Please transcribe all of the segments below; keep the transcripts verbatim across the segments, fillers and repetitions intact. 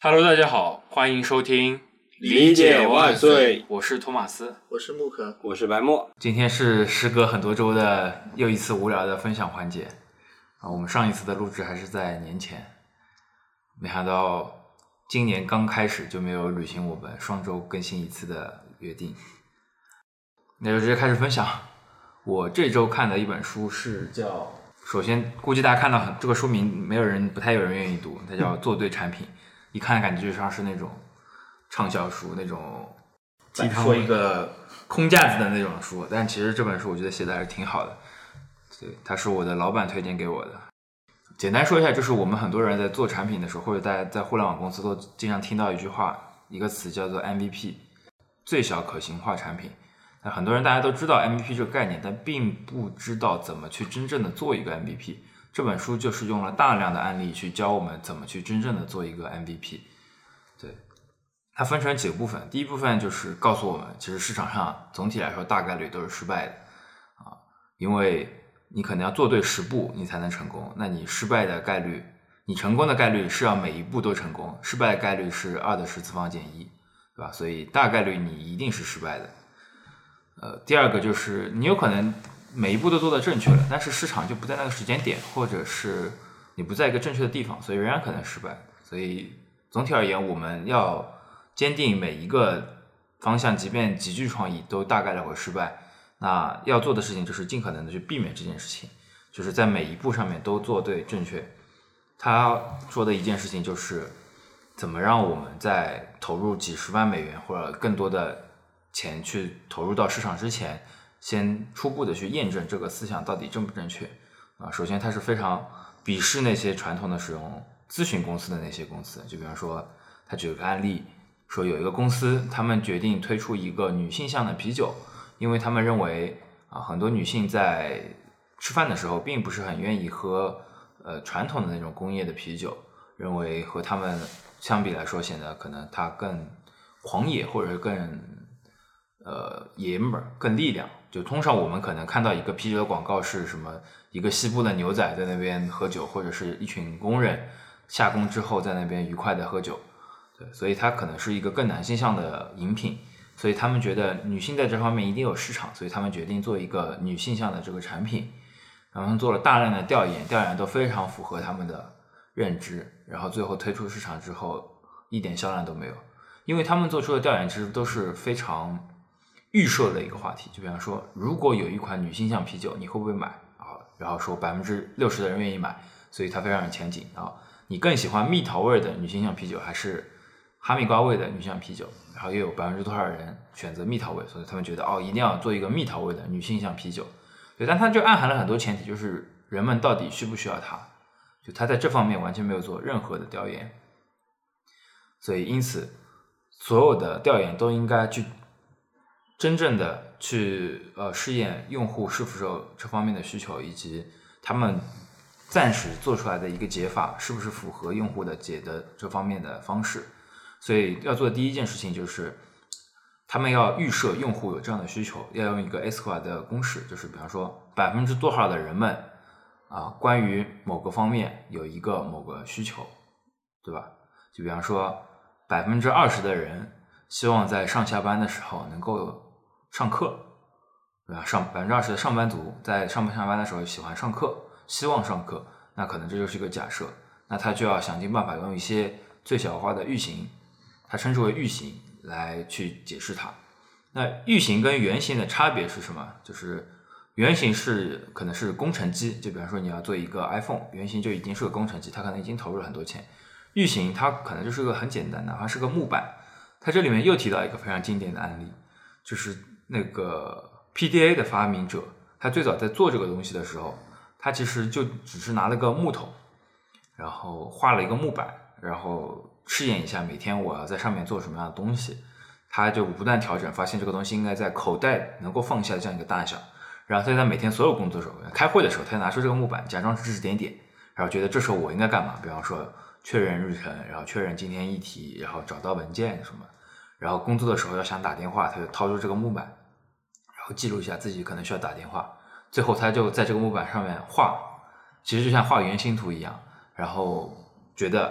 Hello， 大家好，欢迎收听理解万岁， 我是托马斯， 我是木可， 我是白墨。 今天是时隔很多周的又一次无聊的分享环节啊，我们上一次的录制还是在年前，没想到今年刚开始就没有履行我们双周更新一次的约定，那就直接开始分享。我这周看的一本书是叫，首先估计大家看到这个书名没有人不太有人愿意读，它叫做对产品，一看感觉就像是那种畅销书，那种鸡汤说一个空架子的那种书，但其实这本书我觉得写的还是挺好的。对，它是我的老板推荐给我的。简单说一下，就是我们很多人在做产品的时候，或者大家在互联网公司都经常听到一句话，一个词叫做 M V P， 最小可行化产品。那很多人大家都知道 M V P 这个概念，但并不知道怎么去真正的做一个 M V P。这本书就是用了大量的案例去教我们怎么去真正的做一个 M V P。对，它分成几个部分。第一部分就是告诉我们，其实市场上总体来说大概率都是失败的啊，因为你可能要做对十步你才能成功，那你失败的概率，你成功的概率是要每一步都成功，失败的概率是二的十次方减一，对吧？所以大概率你一定是失败的。呃，第二个就是你有可能每一步都做得正确了，但是市场就不在那个时间点，或者是你不在一个正确的地方，所以仍然可能失败。所以总体而言，我们要坚定每一个方向，即便极具创意，都大概率会失败。那要做的事情就是尽可能的去避免这件事情，就是在每一步上面都做对正确。他说的一件事情就是怎么让我们在投入几十万美元或者更多的钱去投入到市场之前，先初步的去验证这个思想到底正不正确啊。首先他是非常鄙视那些传统的使用咨询公司的那些公司，就比方说他举了个案例，说有一个公司他们决定推出一个女性向的啤酒，因为他们认为啊，很多女性在吃饭的时候并不是很愿意喝呃传统的那种工业的啤酒，认为和他们相比来说显得可能它更狂野，或者是更呃爷们儿，更力量。就通常我们可能看到一个啤酒的广告是什么，一个西部的牛仔在那边喝酒，或者是一群工人下工之后在那边愉快的喝酒，对，所以它可能是一个更男性向的饮品。所以他们觉得女性在这方面一定有市场，所以他们决定做一个女性向的这个产品，然后他们做了大量的调研，调研都非常符合他们的认知，然后最后推出市场之后一点销量都没有。因为他们做出的调研其实都是非常预设的一个话题，就比方说如果有一款女性向啤酒你会不会买啊？然后说 百分之六十 的人愿意买，所以它非常有前景啊。你更喜欢蜜桃味的女性向啤酒还是哈密瓜味的女性向啤酒？然后又有百分之多少人选择蜜桃味，所以他们觉得哦，一定要做一个蜜桃味的女性向啤酒。对，但它就暗含了很多前提，就是人们到底需不需要它？就他在这方面完全没有做任何的调研，所以因此所有的调研都应该去真正的去呃试验用户是否有这方面的需求，以及他们暂时做出来的一个解法是不是符合用户的解的这方面的方式。所以要做的第一件事情就是他们要预设用户有这样的需求，要用一个 S Q L 的公式，就是比方说百分之多少的人们啊，关于某个方面有一个某个需求，对吧？就比方说百分之二十的人希望在上下班的时候能够上课，对吧？上百分之二十的上班族在上班下班的时候喜欢上课，希望上课，那可能这就是一个假设，那他就要想尽办法用一些最小化的阈型，它称之为阈型来去解释它。那阈型跟原型的差别是什么？就是原型是可能是工程机，就比方说你要做一个 iPhone， 原型就已经是个工程机，它可能已经投入了很多钱。阈型它可能就是个很简单的，哪怕是个木板。它这里面又提到一个非常经典的案例，就是那个 P D A 的发明者，他最早在做这个东西的时候，他其实就只是拿了个木头，然后画了一个木板，然后试验一下每天我要在上面做什么样的东西，他就不断调整，发现这个东西应该在口袋能够放下这样一个大小，然后他在每天所有工作的时候，开会的时候，他就拿出这个木板，假装是指指点点，然后觉得这时候我应该干嘛，比方说确认日程，然后确认今天议题，然后找到文件什么，然后工作的时候要想打电话，他就掏出这个木板，然后记录一下自己可能需要打电话，最后他就在这个木板上面画，其实就像画原型图一样，然后觉得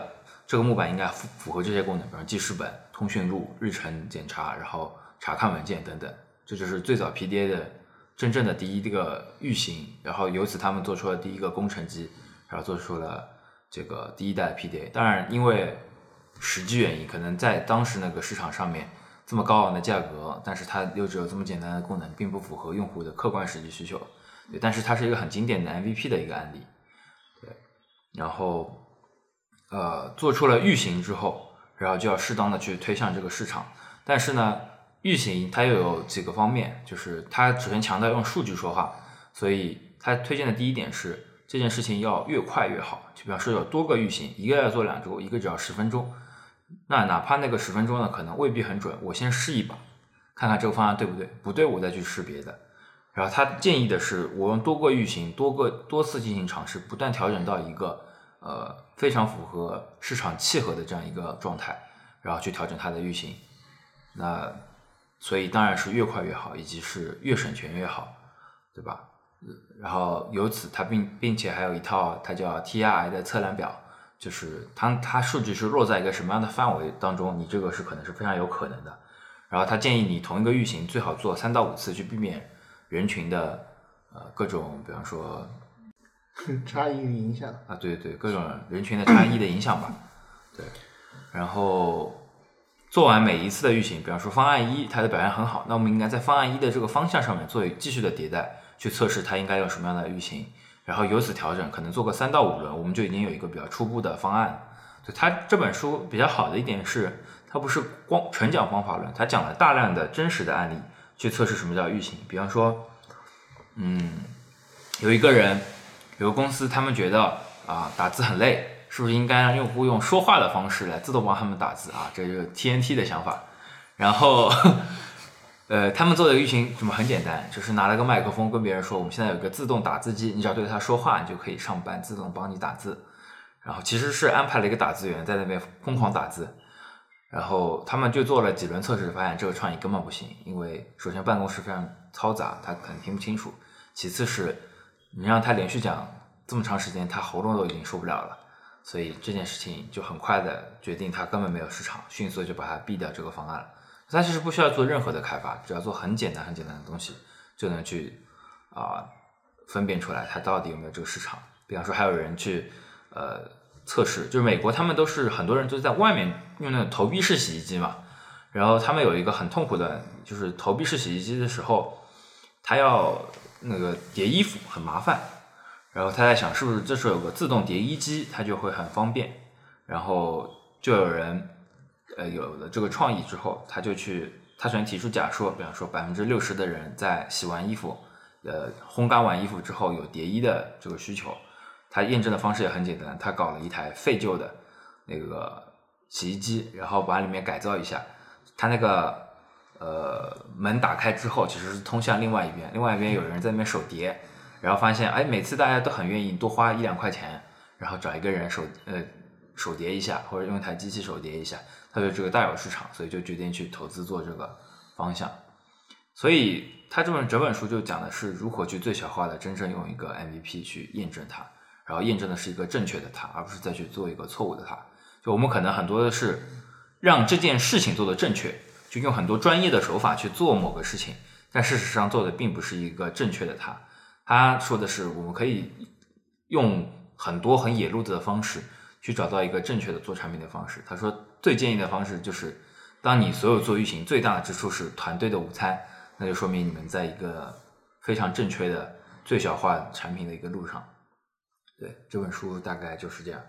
这个木板应该符符合这些功能，比如记事本、通讯录、日程检查，然后查看文件等等。这就是最早 P D A 的真正的第一个预型，然后由此他们做出了第一个工程机，然后做出了这个第一代 P D A。当然，因为实际原因，可能在当时那个市场上面这么高昂的价格，但是它又只有这么简单的功能，并不符合用户的客观实际需求。对，但是它是一个很经典的 M V P 的一个案例。对，然后呃做出了预型之后，然后就要适当的去推向这个市场。但是呢，预型它又有几个方面，就是它首先强调用数据说话，所以它推荐的第一点是这件事情要越快越好。就比方说有多个预型，一个要做两周，一个只要十分钟。那哪怕那个十分钟呢，可能未必很准，我先试一把，看看这个方案对不对，不对我再去试别的。然后他建议的是，我用多个预型，多个多次进行尝试，不断调整到一个呃非常符合市场契合的这样一个状态，然后去调整它的预型。那所以当然是越快越好，以及是越省钱越好，对吧？然后由此它并并且还有一套它叫 T R I 的测量表。就是它它数据是落在一个什么样的范围当中，你这个是可能是非常有可能的。然后他建议你同一个预型最好做三到五次，去避免人群的呃各种，比方说差异的影响啊，对对，各种人群的差异的影响吧。对，然后做完每一次的预型，比方说方案一它的表现很好，那我们应该在方案一的这个方向上面做继续的迭代，去测试它应该用什么样的预型。然后由此调整，可能做个三到五轮，我们就已经有一个比较初步的方案。就它这本书比较好的一点是，它不是光纯讲方法论，它讲了大量的真实的案例去测试什么叫预型。比方说，嗯，有一个人，有个公司，他们觉得啊打字很累，是不是应该让用户用说话的方式来自动帮他们打字啊？这就是 T N T 的想法。然后。呃，他们做的预型怎么很简单，就是拿了个麦克风跟别人说，我们现在有一个自动打字机，你只要对它说话，你就可以上班，自动帮你打字。然后其实是安排了一个打字员在那边疯狂打字，然后他们就做了几轮测试，发现这个创意根本不行，因为首先办公室非常嘈杂，他可能听不清楚；其次是你让他连续讲这么长时间，他喉咙都已经受不了了，所以这件事情就很快的决定他根本没有市场，迅速就把它毙掉这个方案了。它其实不需要做任何的开发，只要做很简单很简单的东西，就能去啊、呃、分辨出来它到底有没有这个市场。比方说还有人去呃测试，就是美国他们都是很多人都是在外面用那种投币式洗衣机嘛，然后他们有一个很痛苦的，就是投币式洗衣机的时候，他要那个叠衣服很麻烦，然后他在想是不是这时候有个自动叠衣机，它就会很方便，然后就有人。呃，有了这个创意之后，他就去，他首先提出假说，比方说百分之六十的人在洗完衣服，呃，烘干完衣服之后有叠衣的这个需求。他验证的方式也很简单，他搞了一台废旧的那个洗衣机，然后把里面改造一下。他那个呃门打开之后，其实是通向另外一边，另外一边有人在那边手叠，然后发现，哎，每次大家都很愿意多花一两块钱，然后找一个人手呃手叠一下，或者用一台机器手叠一下。他对这个大有市场，所以就决定去投资做这个方向。所以他这本整本书就讲的是如何去最小化的真正用一个 M V P 去验证它，然后验证的是一个正确的它，而不是再去做一个错误的它。就我们可能很多的是让这件事情做得正确，就用很多专业的手法去做某个事情，但事实上做的并不是一个正确的它。他说的是我们可以用很多很野路子的方式去找到一个正确的做产品的方式。他说最建议的方式就是，当你所有做预型最大的支出是团队的午餐，那就说明你们在一个非常正确的最小化产品的一个路上。对，这本书大概就是这样。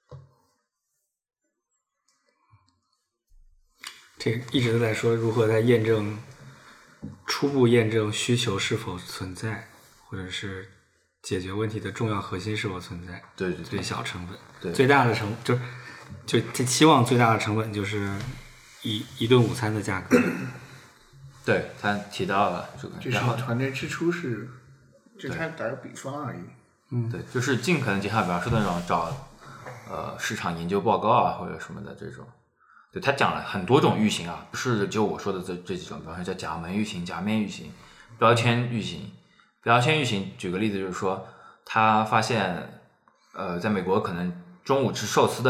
这个一直都在说如何在验证初步验证需求是否存在，或者是解决问题的重要核心是否存在。 对对对， 最小成本， 对， 最大的成就是就他期望最大的成本就是一一顿午餐的价格。 对，他提到了这个， 就是团队支出是，就他打个比方而已。 嗯， 对，就是尽可能减少，比方说那种找呃市场研究报告啊或者什么的这种。对，他讲了很多种预型啊，不是就我说的这这几种，比方说叫假门预型、假面预型、标签预型。标签预型，举个例子就是说，他发现，呃，在美国可能中午吃寿司的人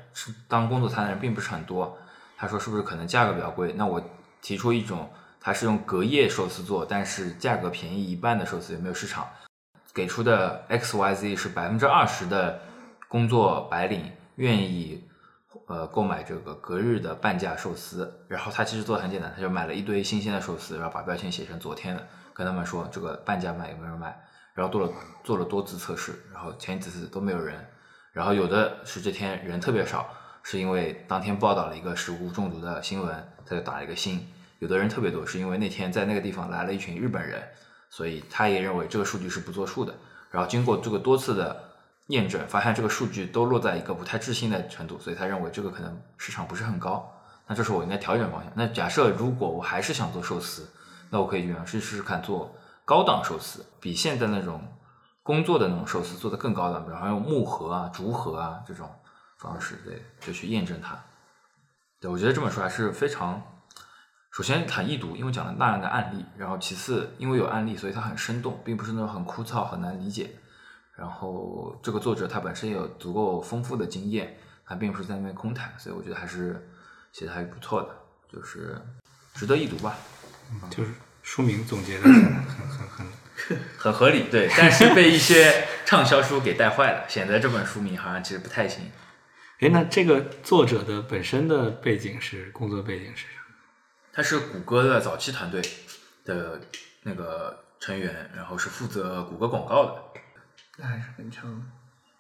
是当工作餐的人并不是很多。他说是不是可能价格比较贵？那我提出一种，他是用隔夜寿司做，但是价格便宜一半的寿司，有没有市场？给出的 X Y Z 是百分之二十的工作白领愿意呃购买这个隔日的半价寿司，然后他其实做的很简单，他就买了一堆新鲜的寿司，然后把标签写成昨天的，跟他们说这个半价卖有没有人买，然后做了做了多次测试，然后前几次都没有人，然后有的是这天人特别少，是因为当天报道了一个食物中毒的新闻，他就打了一个星，有的人特别多，是因为那天在那个地方来了一群日本人，所以他也认为这个数据是不作数的，然后经过这个多次的验证，发现这个数据都落在一个不太置信的程度，所以他认为这个可能市场不是很高，那这是我应该调整方向。那假设如果我还是想做寿司，那我可以去试试看做高档寿司，比现在那种工作的那种寿司做得更高档，比方用木盒啊、竹盒啊这种方式，对，就去验证它。对，我觉得这本书还是非常，首先很易读，因为讲了大量的案例，然后其次因为有案例，所以它很生动，并不是那种很枯燥很难理解。然后这个作者他本身也有足够丰富的经验，他并不是在那边空谈，所以我觉得还是写的还是不错的，就是值得一读吧。 嗯、就是书名总结的很很很很合理，对，但是被一些畅销书给带坏了，显得这本书名好像其实不太行。 哎，那这个作者的本身的背景是工作背景是什么？ 他是谷歌的早期团队的那个成员，然后是负责谷歌广告的。 那还是很强的。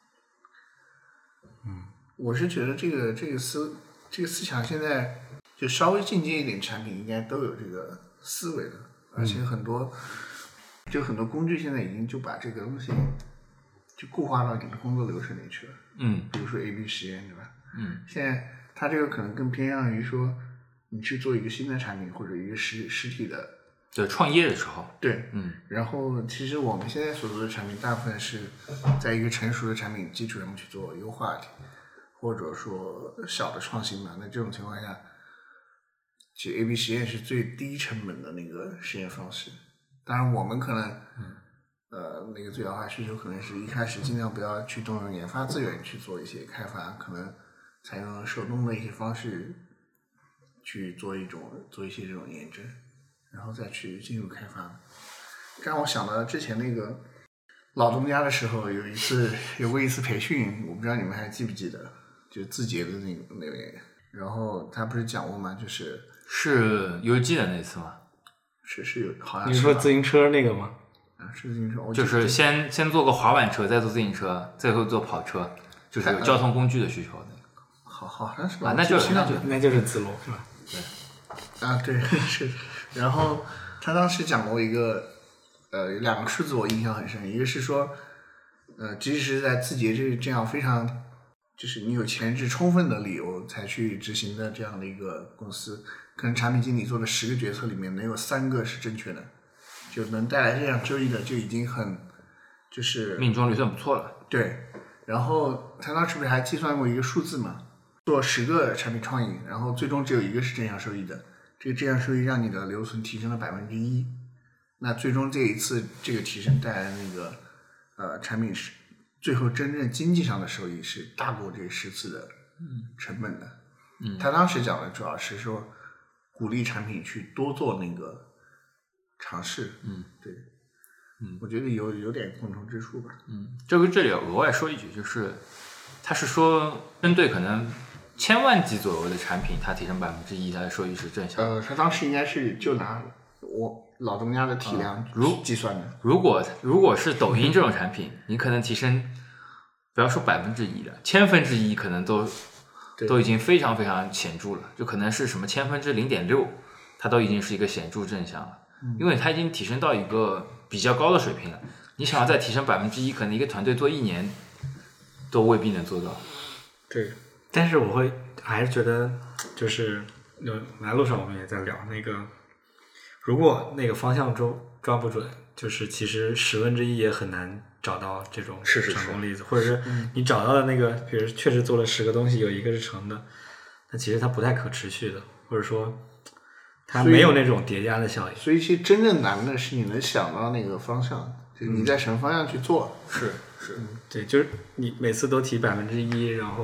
嗯， 我是觉得这个这个思这个思想现在就稍微进阶一点产品应该都有这个思维的，而且很多、嗯、就很多工具现在已经就把这个东西就固化到你的工作流程里去了。 嗯， 比如说 A B 实验，对吧？ 嗯， 现在它这个可能更偏向于说你去做一个新的产品或者一个实实体的。 对，创业的时候， 对， 嗯， 然后其实我们现在所做的产品，大部分是在一个成熟的产品基础上去做优化的，或者说小的创新嘛。那这种情况下，其实 A B 实验是最低成本的那个实验方式。当然，我们可能， 嗯、 呃，那个最优化需求可能是一开始尽量不要去动用研发资源去做一些开发，可能采用手动的一些方式去做一种做一些这种验证。然后再去进入开发，让我想到之前那个老东家的时候，有一次有过一次培训，我不知道你们还记不记得，就字节的那那位，然后他不是讲过吗？就是是 U G 的那次吗？ 是是有，好像是。 你说自行车那个吗？ 啊，是自行车， 就是先先做个滑板车，再做自行车，最后做跑车，就是有交通工具的需求那个。 好，好像是吧？ 啊，那就是那就那就是自龙是吧？ 对。 啊，对，是。然后他当时讲过一个，呃，有两个数字我印象很深，一个是说，呃，即使是在字节这这样非常，就是你有前置充分的理由才去执行的这样的一个公司，可能产品经理做的十个决策里面能有三个是正确的，就能带来这样收益的就已经很，就是命中率算不错了。 对，然后他当时不是还计算过一个数字嘛，做十个产品创意，然后最终只有一个是正向收益的。这个这样收益让你的留存提升了百分之一，那最终这一次这个提升带来的那个呃产品是最后真正经济上的收益是大过这十次的成本的。 嗯， 他当时讲的主要是说鼓励产品去多做那个尝试。 嗯， 对， 嗯， 我觉得有有点共同之处吧。 嗯，这个这里额外说一句，就是他是说针对可能千万级左右的产品，它提升百分之一，它的收益是正向的。 呃，他当时应该是就拿我老东家的体量如计算的。 如果如果是抖音这种产品，你可能提升，不要说百分之一了，千分之一可能都都已经非常非常显著了，就可能是什么千分之零点六，它都已经是一个显著正向了， 嗯、 因为它已经提升到一个比较高的水平了。你想要再提升百分之一，可能一个团队做一年都未必能做到。 对。但是我会还是觉得，就是来路上我们也在聊那个，如果那个方向抓抓不准，就是其实十分之一也很难找到这种成功例子， 是是是或者是你找到的那个，比如确实做了十个东西，有一个是成的，那其实它不太可持续的，或者说它没有那种叠加的效应。 所以其实真正难的是你能想到那个方向，就是你在什么方向去做。 是是， 对，就是你每次都提百分之一，然后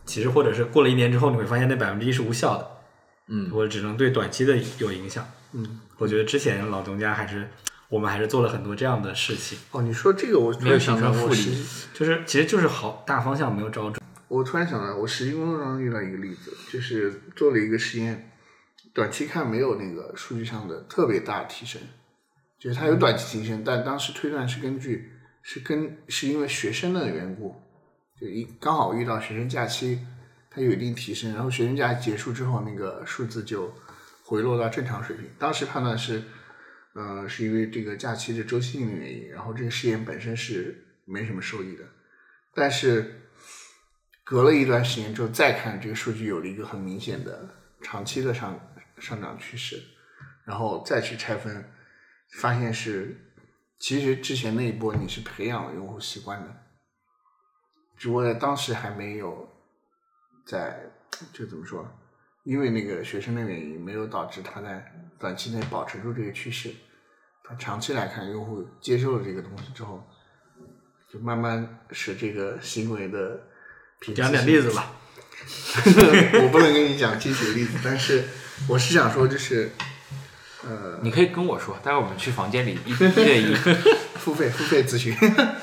其实或者是过了一年之后，你会发现那百分之一是无效的， 嗯， 或者只能对短期的有影响。 嗯， 我觉得之前老东家还是我们还是做了很多这样的事情。 哦，你说这个我突没有然想到， 形成复利我实就是其实就是好大方向没有找准。 我突然想到，我实际工作中遇到一个例子，就是做了一个实验，短期看没有那个数据上的特别大提升，就是它有短期提升，但当时推断是根据是跟是因为学生的缘故，就一刚好遇到学生假期，它有一定提升，然后学生假期结束之后，那个数字就回落到正常水平。当时判断是，呃，是因为这个假期的周期性的原因，然后这个试验本身是没什么收益的，但是隔了一段时间之后再看这个数据有了一个很明显的长期的上上涨趋势，然后再去拆分，发现是其实之前那一波你是培养了用户习惯的，只不过在当时还没有在就怎么说，因为那个学生的原因没有导致他在短期内保持住这个趋势，他长期来看用户接受了这个东西之后，就慢慢使这个行为的讲点例子吧。 我不能跟你讲具体的例子，但是我是想说，就是呃， 你可以跟我说，待会儿我们去房间里一一对一付费付费咨询。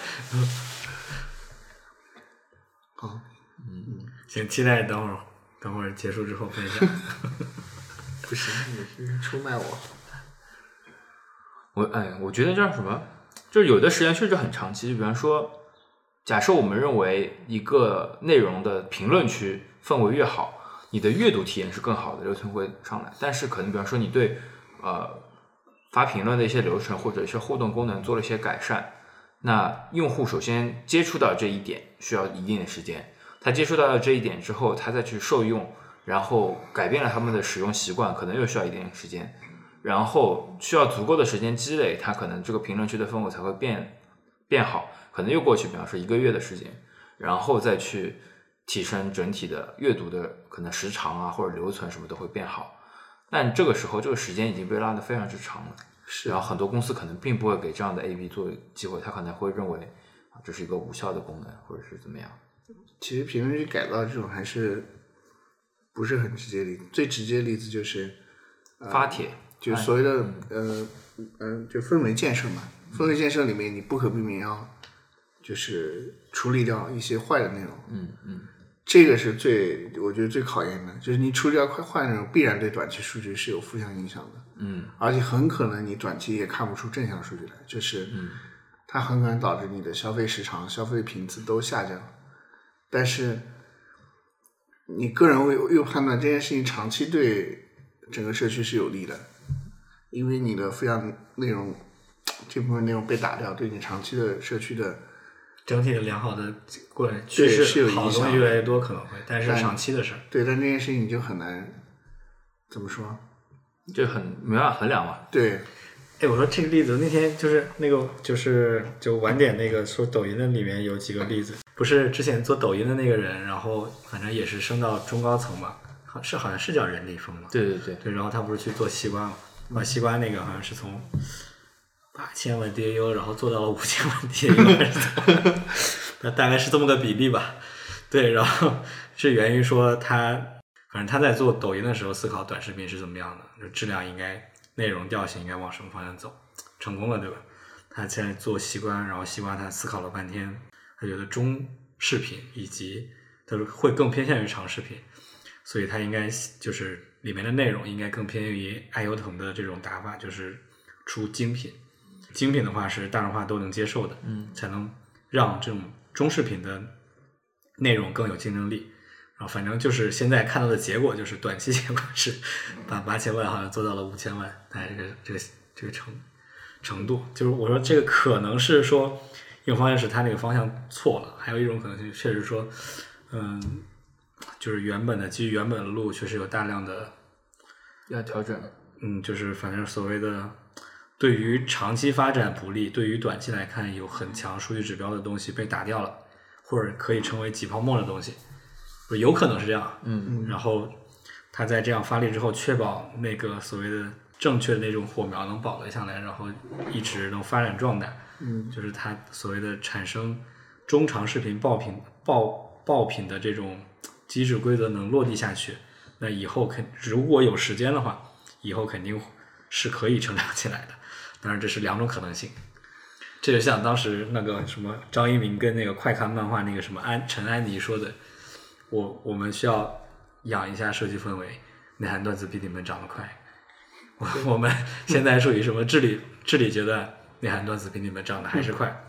好， 嗯，行，期待等会儿等会儿结束之后分享。 不行，你是出卖我。 我哎，我觉得叫什么，就是有的实验确实很长期，就比方说。假设我们认为一个内容的评论区氛围越好，你的阅读体验是更好的，留存会上来。但是可能比方说你对呃发评论的一些流程或者一些互动功能做了一些改善，那用户首先接触到这一点需要一定的时间，他接触到了这一点之后，他再去受用，然后改变了他们的使用习惯，可能又需要一定的时间，然后需要足够的时间积累，他可能这个评论区的氛围才会变变好。可能又过去比方说一个月的时间，然后再去提升整体的阅读的可能时长啊或者留存什么都会变好，但这个时候这个时间已经被拉得非常之长了， 是， 然后很多公司可能并不会给这样的 A B 做机会，他可能会认为啊这是一个无效的功能或者是怎么样。 其实评论区改造这种还是不是很直接的，最直接的例子就是、呃、 发帖， 就所谓的、哎、呃呃就氛围建设嘛，氛围建设里面你不可避免要就是处理掉一些坏的内容， 嗯嗯， 这个是最我觉得最考验的，就是你处理掉坏的内容，必然对短期数据是有负向影响的， 嗯， 而且很可能你短期也看不出正向数据来，就是它很可能导致你的消费时长、消费频次都下降，但是你个人又又判断这件事情长期对整个社区是有利的，因为你的负向内容这部分内容被打掉，对你长期的社区的整体的良好的过来趋势，好的东西越来越多可能会，但是长期的事儿。 对，但这件事情你就很难怎么说， 就很没办法衡量嘛。 对， 哎，我说这个例子，那天就是那个就是就晚点那个说抖音的里面有几个例子，不是之前做抖音的那个人，然后反正也是升到中高层嘛，好是好像是叫任立峰嘛。 对对对对，然后他不是去做西瓜嘛，把西瓜那个好像是从八千万 D A U， 然后做到了五千万 D A U， 那大概是这么个比例吧。对，然后是源于说他，反正他在做抖音的时候思考短视频是怎么样的，就质量应该、内容调性应该往什么方向走，成功了，对吧？他现在做西瓜，然后西瓜他思考了半天，他觉得中视频以及他会更偏向于长视频，所以他应该就是里面的内容应该更偏于爱优腾的这种打法，就是出精品。精品的话是大众化都能接受的，嗯，才能让这种中视频的内容更有竞争力。然后反正就是现在看到的结果就是短期结果是把八千万好像做到了五千万，大概这个这个这个程程度。就是我说这个可能是说一种方向是他那个方向错了，还有一种可能性确实说，嗯，就是原本的基于原本的路确实有大量的要调整， 嗯，就是反正所谓的。对于长期发展不利，对于短期来看有很强数据指标的东西被打掉了，或者可以成为挤泡沫的东西，有可能是这样。 嗯， 然后他在这样发力之后，确保那个所谓的正确的那种火苗能保留下来，然后一直能发展壮大。 嗯， 就是他所谓的产生中长视频爆品爆爆品的这种机制规则能落地下去，那以后肯如果有时间的话，以后肯定是可以成长起来的。当然这是两种可能性。这就像当时那个什么张一鸣跟那个快看漫画那个什么安陈安妮说的，我我们需要养一下设计氛围，内涵段子比你们长得快。我我们现在属于什么治理治理阶段，内涵段子比你们长得还是快。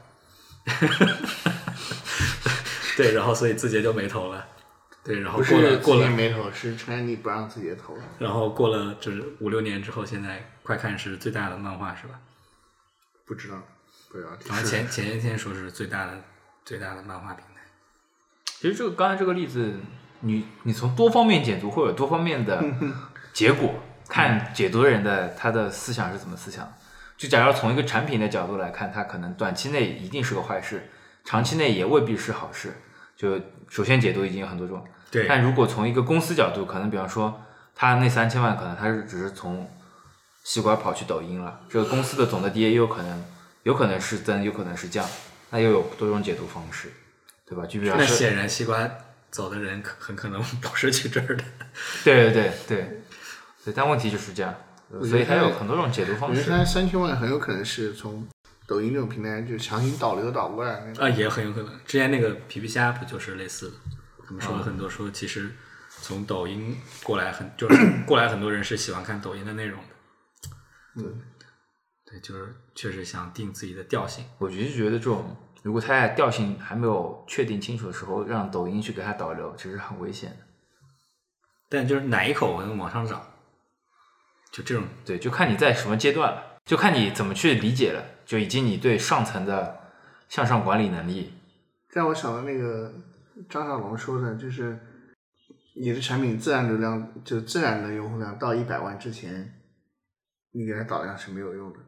对，然后所以字节就没投了。对，然后过了过了没投，是陈安妮不让字节投了。 然后过了就是五六年之后，现在快看是最大的漫画是吧？ 不知道，不知道。 然后前前一天说是最大的最大的漫画平台。 其实这个刚才这个例子，你你从多方面解读会有多方面的结果，看解读人的他的思想是怎么思想。就假如从一个产品的角度来看，它可能短期内一定是个坏事，长期内也未必是好事。就首先解读已经有很多种， 对。 但如果从一个公司角度，可能比方说他那三千万，可能他是只是从西瓜跑去抖音了，这个公司的总的 D A 有可能有可能是增，有可能是降，那又有多种解读方式，对吧？就比方说， 那显然西瓜走的人很可能不是去这儿的。 对对对对对，但问题就是这样，所以它有很多种解读方式。 我觉得它三千万很有可能是从抖音这种平台就强行导流导过来那种。 啊，也很有可能。之前那个皮皮虾不就是类似的？他们说了很多，说其实从抖音过来很就是过来很多人是喜欢看抖音的内容的。 嗯， 对，就是确实想定自己的调性。 我就觉得这种，如果他在调性还没有确定清楚的时候，让抖音去给他导流，其实很危险的。 但就是哪一口能往上涨，就这种。 对，就看你在什么阶段了，就看你怎么去理解了，就以及你对上层的向上管理能力。 让我想到那个张小龙说的，就是你的产品自然流量，就自然的用户量到一百万之前，你给它导量是没有用的。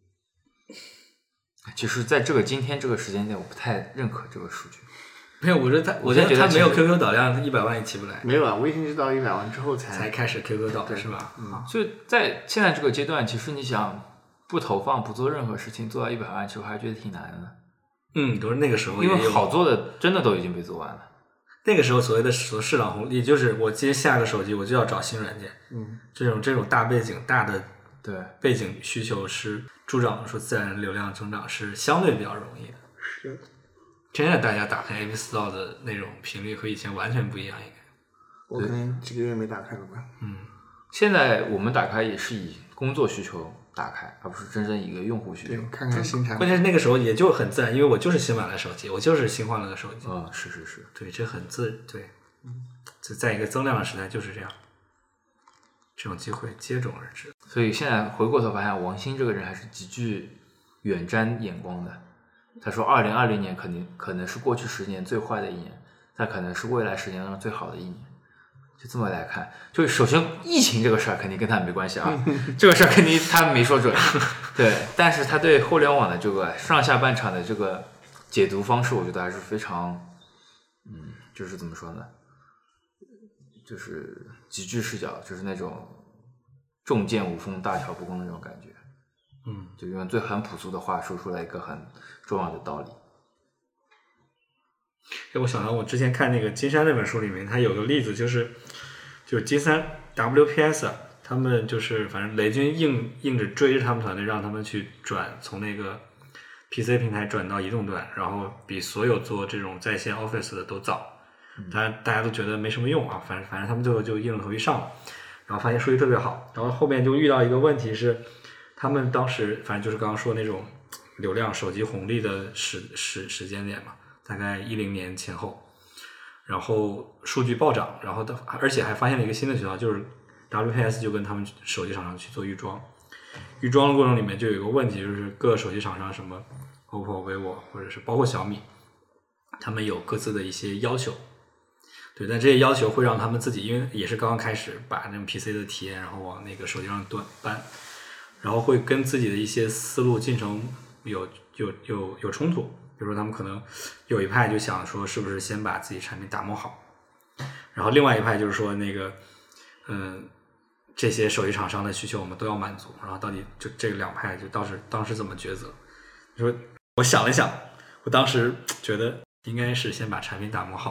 其实在这个今天这个时间点，我不太认可这个数据。 没有，我觉得他，我觉得他没有 Q Q 导量，他一百万也起不来。 没有啊，微信是到一百万之后才才开始 Q Q 导的是吧？ 嗯， 就在现在这个阶段，其实你想不投放、不做任何事情，做到一百万，其实我还觉得挺难的。 嗯，都是那个时候， 因为好做的真的都已经被做完了。 那个时候所谓的所市场红利，就是我接下个手机，我就要找新软件。 嗯， 这种这种大背景、大的对背景需求是助长说自然流量增长是相对比较容易的。 是。 现在大家打开 App Store 的那种频率和以前完全不一样，应该。 我可能几个月没打开了吧。 嗯， 现在我们打开也是以工作需求打开，而不是真正一个用户需求。 看看新产品。 关键是那个时候也就很自然，因为我就是新买了手机，我就是新换了个手机。 啊、嗯，是是是， 对，这很自对。嗯，就在一个增量的时代就是这样，这种机会接踵而至。 所以现在回过头发现，王兴这个人还是极具远瞻眼光的。他说，二零二零年肯定可能是过去十年最坏的一年，但可能是未来十年中最好的一年。就这么来看，就首先疫情这个事儿肯定跟他没关系啊，这个事儿肯定他没说准，对。但是他对互联网的这个上下半场的这个解读方式，我觉得还是非常，嗯，就是怎么说呢，就是极具视角，就是那种重剑无锋，大巧不工的那种感觉。 嗯， 就用最很朴素的话说出来一个很重要的道理。 哎，我想到我之前看那个金山那本书里面，他有个例子，就是就金山 W P S 他们就是反正雷军硬硬着追着他们团队，让他们去转从那个 P C 平台转到移动端，然后比所有做这种在线 Office 的都早。当然大家都觉得没什么用啊，反正反正他们最后就硬着头皮上了，然后发现数据特别好，然后后面就遇到一个问题是。他们当时反正就是刚刚说那种流量手机红利的时时时间点嘛，大概一零年前后，然后数据暴涨，然后而且还发现了一个新的渠道，就是 W P S 就跟他们手机厂商去做预装，预装的过程里面就有一个问题，就是各手机厂商什么 O P P O、vivo 或者是包括小米，他们有各自的一些要求，对，但这些要求会让他们自己，因为也是刚刚开始把那种 P C 的体验，然后往那个手机上端搬。然后会跟自己的一些思路进程有有有有冲突，比如说他们可能有一派就想说是不是先把自己产品打磨好，然后另外一派就是说那个嗯这些手机厂商的需求我们都要满足，然后到底就这两派就当时当时怎么抉择？说我想了想，我当时觉得应该是先把产品打磨好吧，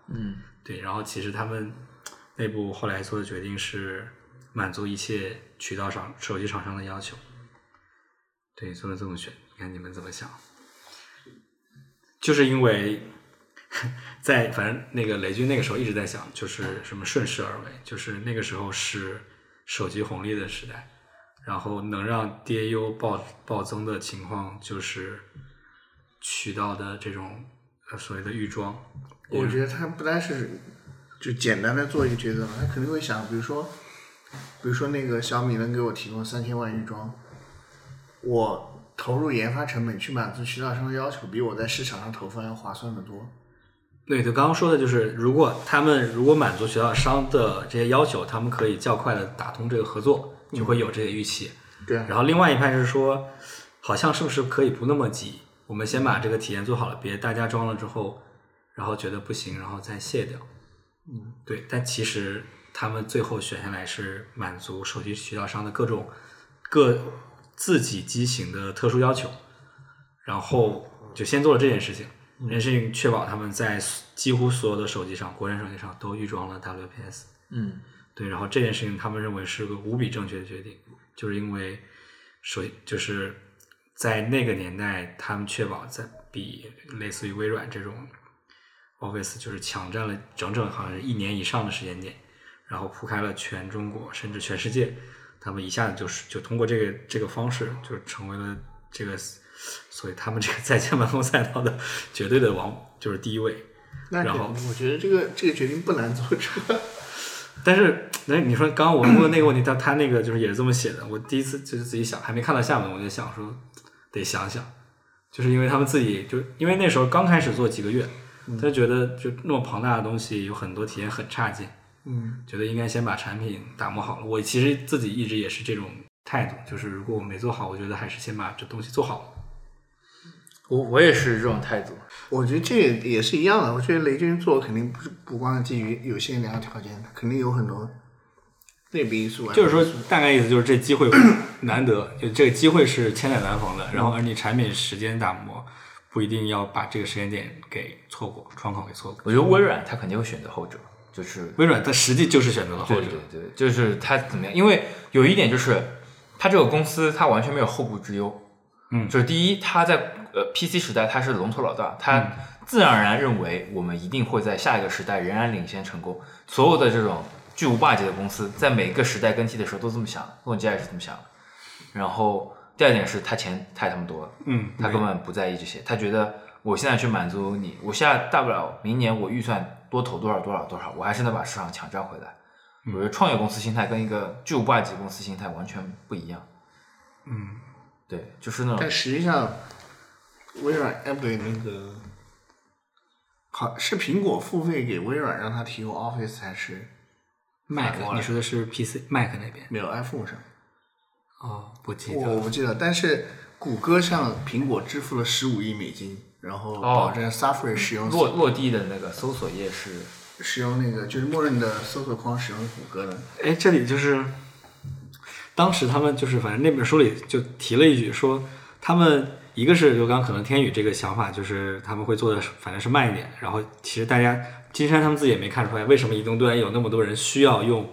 嗯， 对，然后其实他们内部后来做的决定是满足一切渠道上手机厂商的要求。对，做了这么选，你看你们怎么想？就是因为在反正那个雷军那个时候一直在想，就是什么顺势而为，就是那个时候是手机红利的时代，然后能让 D A U 暴暴增的情况就是渠道的这种呃所谓的预装。 我觉得他不单是就简单的做一个抉择，他肯定会想，比如说，比如说那个小米能给我提供三千万预装，我投入研发成本去满足渠道商的要求，比我在市场上投放要划算得多。 对，就刚刚说的就是，如果他们如果满足渠道商的这些要求，他们可以较快的打通这个合作，就会有这个预期。 嗯、对。 然后另外一派是说，好像是不是可以不那么急，我们先把这个体验做好了，别大家装了之后，然后觉得不行，然后再卸掉。 嗯， 对。但其实他们最后选下来是满足手机渠道商的各种各自己机型的特殊要求，然后就先做了这件事情。这件事情确保他们在几乎所有的手机上，国产手机上都预装了 W P S。 嗯， 对，然后这件事情他们认为是个无比正确的决定，就是因为手就是在那个年代，他们确保在比类似于微软这种 Office 就是抢占了整整好像是一年以上的时间点，然后铺开了全中国甚至全世界，他们一下子就是就通过这个这个方式，就成为了这个。所以他们这个在线办公赛道的绝对的王就是第一位。 那然后我觉得这个这个决定不难做出来。 但是那你说刚刚我问的那个问题，他他那个就是也是这么写的。我第一次就是自己想，还没看到下文，我就想说得想想，就是因为他们自己就因为那时候刚开始做几个月，他就觉得就那么庞大的东西有很多体验很差劲， 嗯， 觉得应该先把产品打磨好了。我其实自己一直也是这种态度，就是如果我没做好，我觉得还是先把这东西做好了。 我我也是这种态度。 我觉得这也是一样的。我觉得雷军做肯定不是不光是基于有限两个条件，肯定有很多内部因素。 就是说，大概意思就是这机会难得，就这个机会是千载难逢的。然后，而你产品时间打磨，不一定要把这个时间点给错过，窗口给错过。 我觉得微软它肯定会选择后者，就是微软它实际就是选择了后者。 对对对，就是它怎么样？因为有一点就是，它这个公司它完全没有后顾之忧。 嗯， 就是第一，它在呃 P C 时代它是龙头老大，它自然而然认为我们一定会在下一个时代仍然领先成功。所有的这种巨无霸级的公司，在每个时代更替的时候都这么想，诺基亚也是这么想的。然后第二点是，他钱太他们多了， 嗯， 他根本不在意这些，他觉得我现在去满足你，我现在大不了明年我预算多投多少多少多少，我还是能把市场抢占回来。我觉得创业公司心态跟一个巨无霸级公司心态完全不一样。 嗯。 对，就是那种。 但实际上，微软哎不对，那个好是苹果付费给微软让他提供 Office 还是 Mac？ 你说的是 P C Mac 那边？ 没有 iPhone 上。 哦，不记得。 我不记得，但是谷歌向苹果支付了十五亿美金，然后保证 Safari 使用、 哦、落落地的那个搜索页是使用那个就是默认的搜索框使用谷歌的。 哎，这里就是。当时他们就是反正那本书里就提了一句说，他们一个是就刚可能天宇这个想法就是他们会做的反正是慢一点，然后其实大家金山他们自己也没看出来为什么移动端有那么多人需要用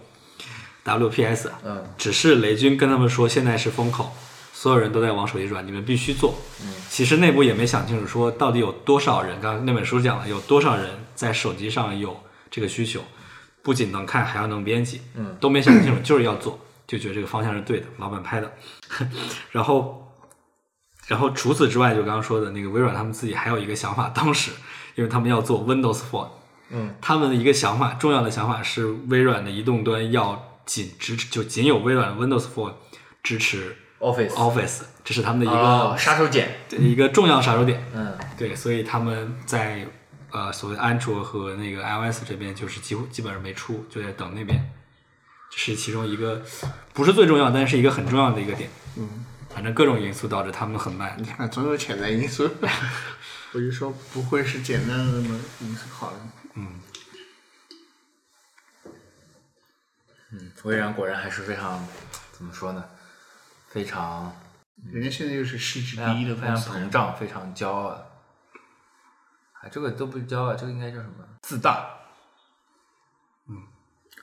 W P S， 嗯， 只是雷军跟他们说现在是风口，所有人都在往手机转，你们必须做。 嗯， 其实内部也没想清楚说到底有多少人，刚刚那本书讲了有多少人在手机上有这个需求，不仅能看还要能编辑， 嗯， 都没想清楚，就是要做。就觉得这个方向是对的，老板拍的。然后，然后除此之外，就刚刚说的那个微软，他们自己还有一个想法，当时因为他们要做 Windows Phone， 嗯， 他们的一个想法，重要的想法是微软的移动端要仅支持，就仅有微软的 Windows Phone 支持 Office Office， 这是他们的一个、 哦、杀手锏， 一个重要杀手点。 嗯， 对，所以他们在呃所谓安卓和那个 iOS 这边就是几乎基本上没出，就在等那边。这是其中一个不是最重要，但是一个很重要的一个点。 嗯， 反正各种因素导致他们很慢。 你看，总有潜在因素。我就说不会是简单的那么因素考虑。 嗯。 嗯，微软果然还是非常怎么说呢？非常。 人家现在又是市值第一的公司， 非常膨胀，非常骄傲。啊，这个都不是骄傲，这个应该叫什么？自大。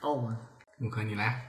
澳门。 木哥你来。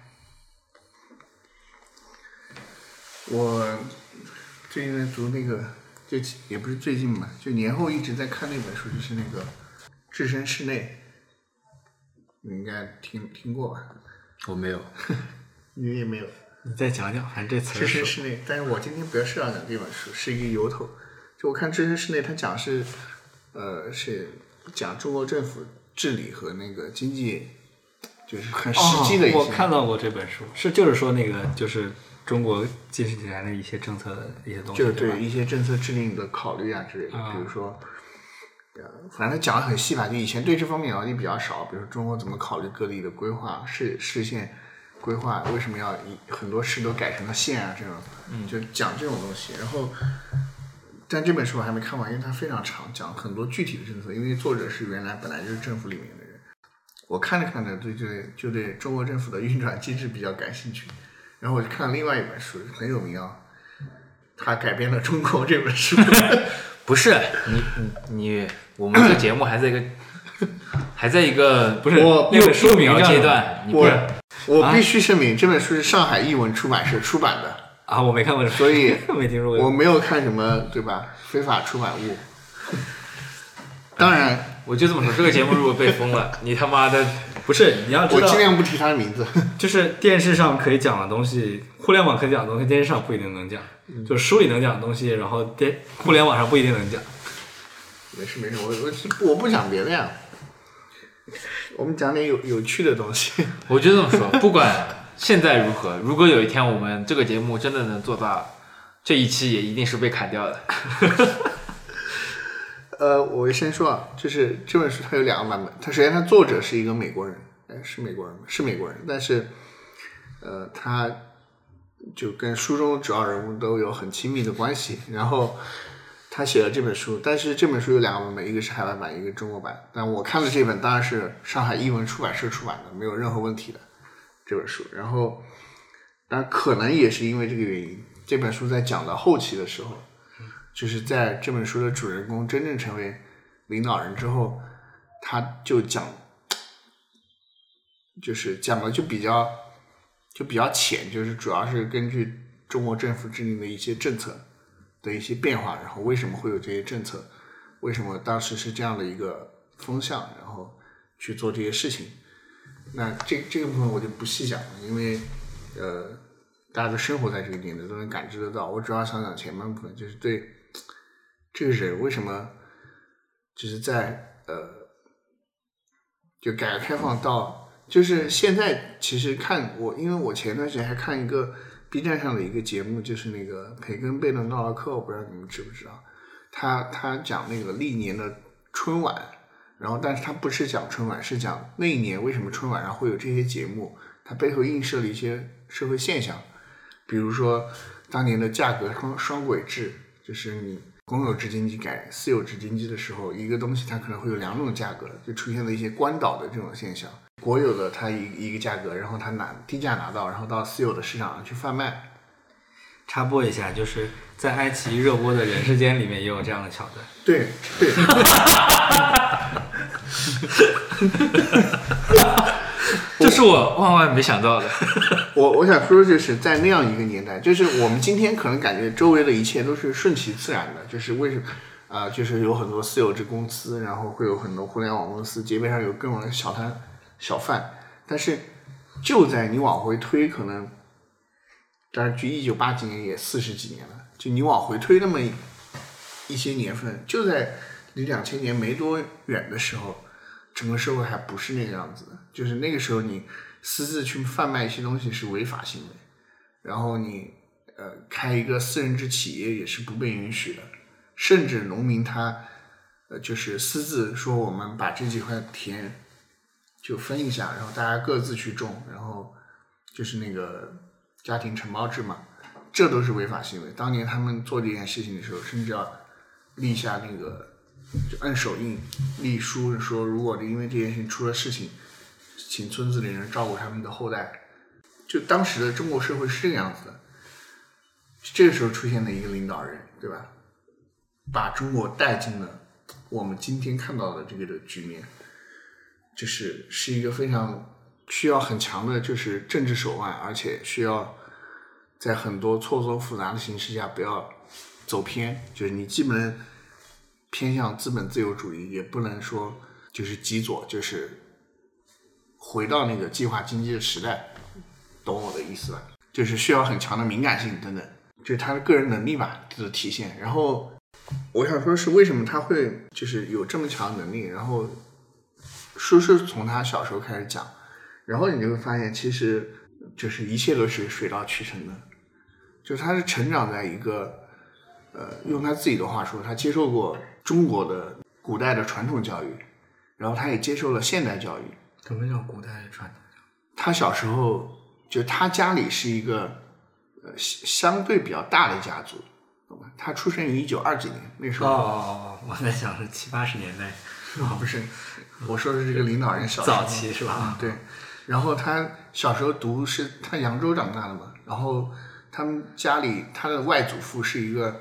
我最近在读那个，就也不是最近吧，就年后一直在看那本书，就是那个《置身事内》，你应该听听过吧？ 我没有， 你也没有。 你再讲讲，反正这词置身事内，但是我今天不是要讲这本书，是一个由头。就我看置身事内，它讲是，呃，是讲中国政府治理和那个经济，就是很实际的一些。 哦、我看到过这本书，是就是说那个就是中国近十几年的一些政策的一些东西， 就对对一些政策制定的考虑啊之类的， 嗯、 比如说，呃，反正讲的很细吧。就以前对这方面了解比较少，比如说中国怎么考虑各地的规划、市市县规划，为什么要以很多市都改成了县啊，这种， 嗯， 就讲这种东西。然后，但这本书我还没看完，因为它非常长，讲很多具体的政策。因为作者是原来本来就是政府里面的人，我看着看着对对就对中国政府的运转机制比较感兴趣。然后我就看了另外一本书，很有名啊，他改编了《中国》这本书。 不是你你你，我们这个节目还在一个还在一个不是我那个书名阶段，你不我是我必须声明，这本书是上海译文出版社出版的啊，我没看过， 所以没听说过。 我没有看什么对吧？非法出版物。当然， 我就这么说，这个节目如果被封了，你他妈的不是你要知我道， 尽量不提他的名字。 就是电视上可以讲的东西，互联网可以讲的东西，电视上不一定能讲。嗯、就是书里能讲的东西，然后电互联网上不一定能讲。 没事没事，我我我不讲别的呀。我们讲点有有趣的东西。 我就这么说，不管现在如何，如果有一天我们这个节目真的能做到，这一期也一定是被砍掉的。 呃，我先说啊，就是这本书它有两个版本。它首先它作者是一个美国人，哎，是美国人吗？是美国人，但是呃，他就跟书中主要人物都有很亲密的关系。然后他写了这本书，但是这本书有两个版本，一个是海外版，一个中国版。但我看的这本当然是上海译文出版社出版的，没有任何问题的这本书。然后，但可能也是因为这个原因，这本书在讲到后期的时候。就是在这本书的主人公真正成为领导人之后，他就讲，就是讲的就比较就比较浅，就是主要是根据中国政府制定的一些政策的一些变化，然后为什么会有这些政策，为什么当时是这样的一个风向，然后去做这些事情。那这这个部分我就不细讲了，因为呃大家都生活在这个年代，都能感知得到。我主要想讲前半部分，就是对这个人为什么就是在呃，就改革开放到就是现在，其实看我，因为我前段时间还看一个 B 站上的一个节目，就是那个培根贝伦道尔克，我不知道你们知不知道，他他讲那个历年的春晚，然后但是他不是讲春晚，是讲那一年为什么春晚上会有这些节目，它背后映射了一些社会现象，比如说当年的价格双双轨制，就是你公有制经济改私有制经济的时候，一个东西它可能会有两种价格，就出现了一些关岛的这种现象。国有的它一一个价格，然后它拿低价拿到，然后到私有的市场上去贩卖。 插播一下，就是在爱奇艺热播的《人世间》里面也有这样的桥段。 对对。 这是我万万没想到的。 我我想说，就是在那样一个年代，就是我们今天可能感觉周围的一切都是顺其自然的，就是为什么啊、呃，就是有很多私有制公司，然后会有很多互联网公司，街边上有各种小摊小贩，但是就在你往回推，可能，当然距一九八几年也四十几年了，就你往回推那么一些年份，就在离两千年没多远的时候，整个社会还不是那个样子的，就是那个时候你私自去贩卖一些东西是违法行为，然后你呃开一个私人制企业也是不被允许的，甚至农民他呃就是私自说我们把这几块田就分一下，然后大家各自去种，然后就是那个家庭承包制嘛，这都是违法行为。当年他们做这件事情的时候，甚至要立下那个就按手印立书，说如果因为这件事情出了事情，请村子里人照顾他们的后代。就当时的中国社会是这个样子的，这个时候出现了一个领导人，对吧？把中国带进了我们今天看到的这个的局面，就是是一个非常需要很强的就是政治手腕，而且需要在很多错综复杂的形势下不要走偏，就是你既不能偏向资本自由主义，也不能说就是极左，就是回到那个计划经济的时代，懂我的意思吧？就是需要很强的敏感性等等，就是他的个人能力吧的体现。然后我想说是为什么他会就是有这么强的能力，然后书是从他小时候开始讲，然后你就会发现其实就是一切都是水到渠成的，就是他是成长在一个呃用他自己的话说，他接受过中国的古代的传统教育，然后他也接受了现代教育。 什么叫古代传统教育？ 他小时候就他家里是一个呃相对比较大的家族，懂吧？他出生于一九二几年，那时候哦哦哦，我在想是七八十年代。 啊、哦，不是，我说的是这个领导人小时候早期是吧？ 嗯，对。然后他小时候读是他扬州长大的嘛，然后他们家里他的外祖父是一个，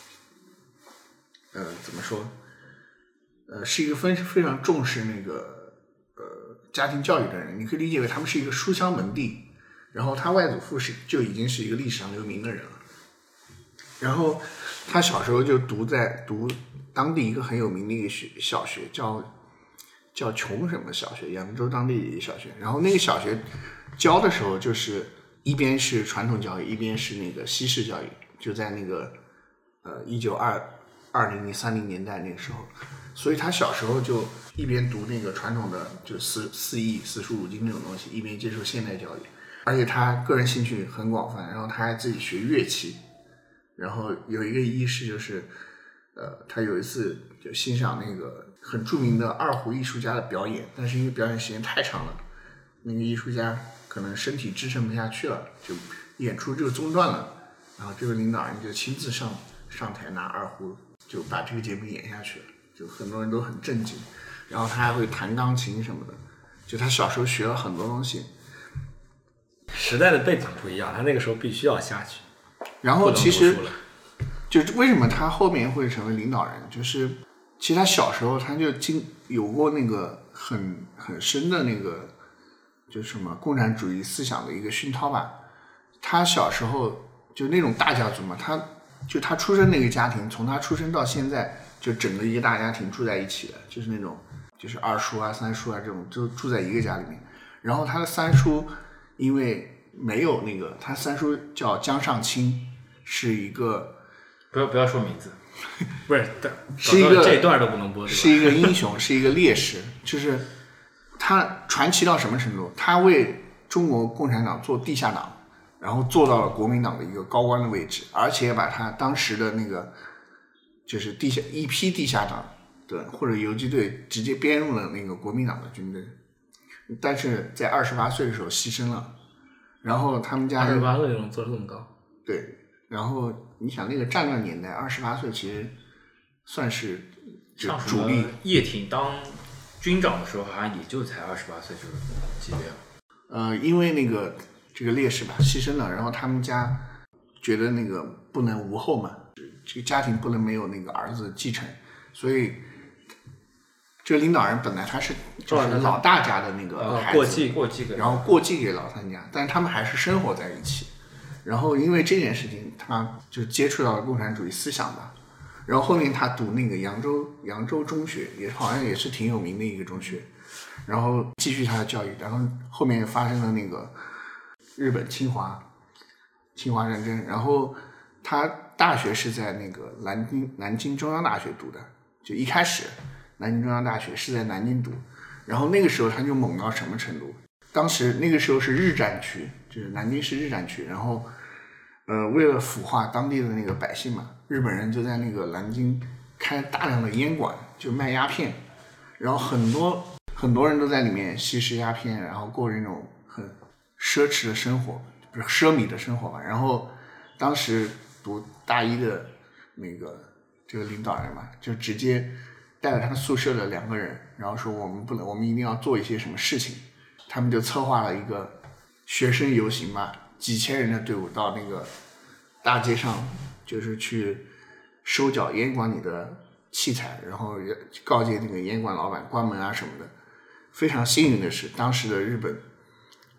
呃，怎么说？呃，是一个非非常重视那个呃家庭教育的人，你可以理解为他们是一个书香门第。然后他外祖父是就已经是一个历史上留名的人了。然后他小时候就读在读当地一个很有名的一个学小学，叫叫琼什么小学，扬州当地一个小学。然后那个小学教的时候，就是一边是传统教育，一边是那个西式教育，就在那个呃一九二二零零三零年代那个时候。所以他小时候就一边读那个传统的就四四艺四书五经那种东西，一边接受现代教育。而且他个人兴趣很广泛，然后他还自己学乐器。然后有一个轶事就是，呃，他有一次就欣赏那个很著名的二胡艺术家的表演，但是因为表演时间太长了，那个艺术家可能身体支撑不下去了，就演出就中断了。然后这个领导人就亲自上上台拿二胡，就把这个节目演下去了，就很多人都很震惊。然后他还会弹钢琴什么的，就他小时候学了很多东西。 时代的背景不一样，他那个时候必须要下去。 然后其实就是为什么他后面会成为领导人，就是其实他小时候他就经有过那个很很深的那个就是什么共产主义思想的一个熏陶吧。他小时候就那种大家族嘛，他就他出生那个家庭，从他出生到现在就整个一个大家庭住在一起的，就是那种就是二叔啊三叔啊这种就住在一个家里面。然后他的三叔因为没有那个，他三叔叫江上清，是一个不要不要说名字， 不是是一个这一段都不能播， 是一个英雄，是一个烈士，就是他传奇到什么程度？他为中国共产党做地下党，然后做到了国民党的一个高官的位置，而且把他当时的那个就是地下一批地下党的或者游击队直接编入了那个国民党的军队，但是在二十八岁的时候牺牲了。然后他们家二十八岁就能做这么高， 对。然后你想那个战乱年代，二十八岁其实算是就主力。 叶挺当军长的时候，好像也就才二十八岁这个级别。 呃，因为那个这个烈士吧牺牲了，然后他们家觉得那个不能无后嘛，这个家庭不能没有那个儿子继承，所以这个领导人本来他是就是老大家的那个孩子， 过继过继给， 然后过继给老三家，但是他们还是生活在一起。然后因为这件事情，他就接触到了共产主义思想吧。然后后面他读那个扬州扬州中学，也好像也是挺有名的一个中学，然后继续他的教育。然后后面发生了那个日本侵华侵华战争，然后他大学是在那个南京南京中央大学读的，就一开始南京中央大学是在南京读，然后那个时候他就猛到什么程度？当时那个时候是日战区，就是南京市日战区，然后呃为了腐化当地的那个百姓嘛，日本人就在那个南京开大量的烟馆，就卖鸦片，然后很多很多人都在里面吸食鸦片，然后过那种很奢侈的生活，不是奢靡的生活吧。然后当时读大一的那个这个领导人嘛，就直接带了他宿舍的两个人，然后说我们不能，我们一定要做一些什么事情。他们就策划了一个学生游行嘛，几千人的队伍到那个大街上，就是去收缴烟馆里的器材，然后告诫那个烟馆老板关门啊什么的。非常幸运的是，当时的日本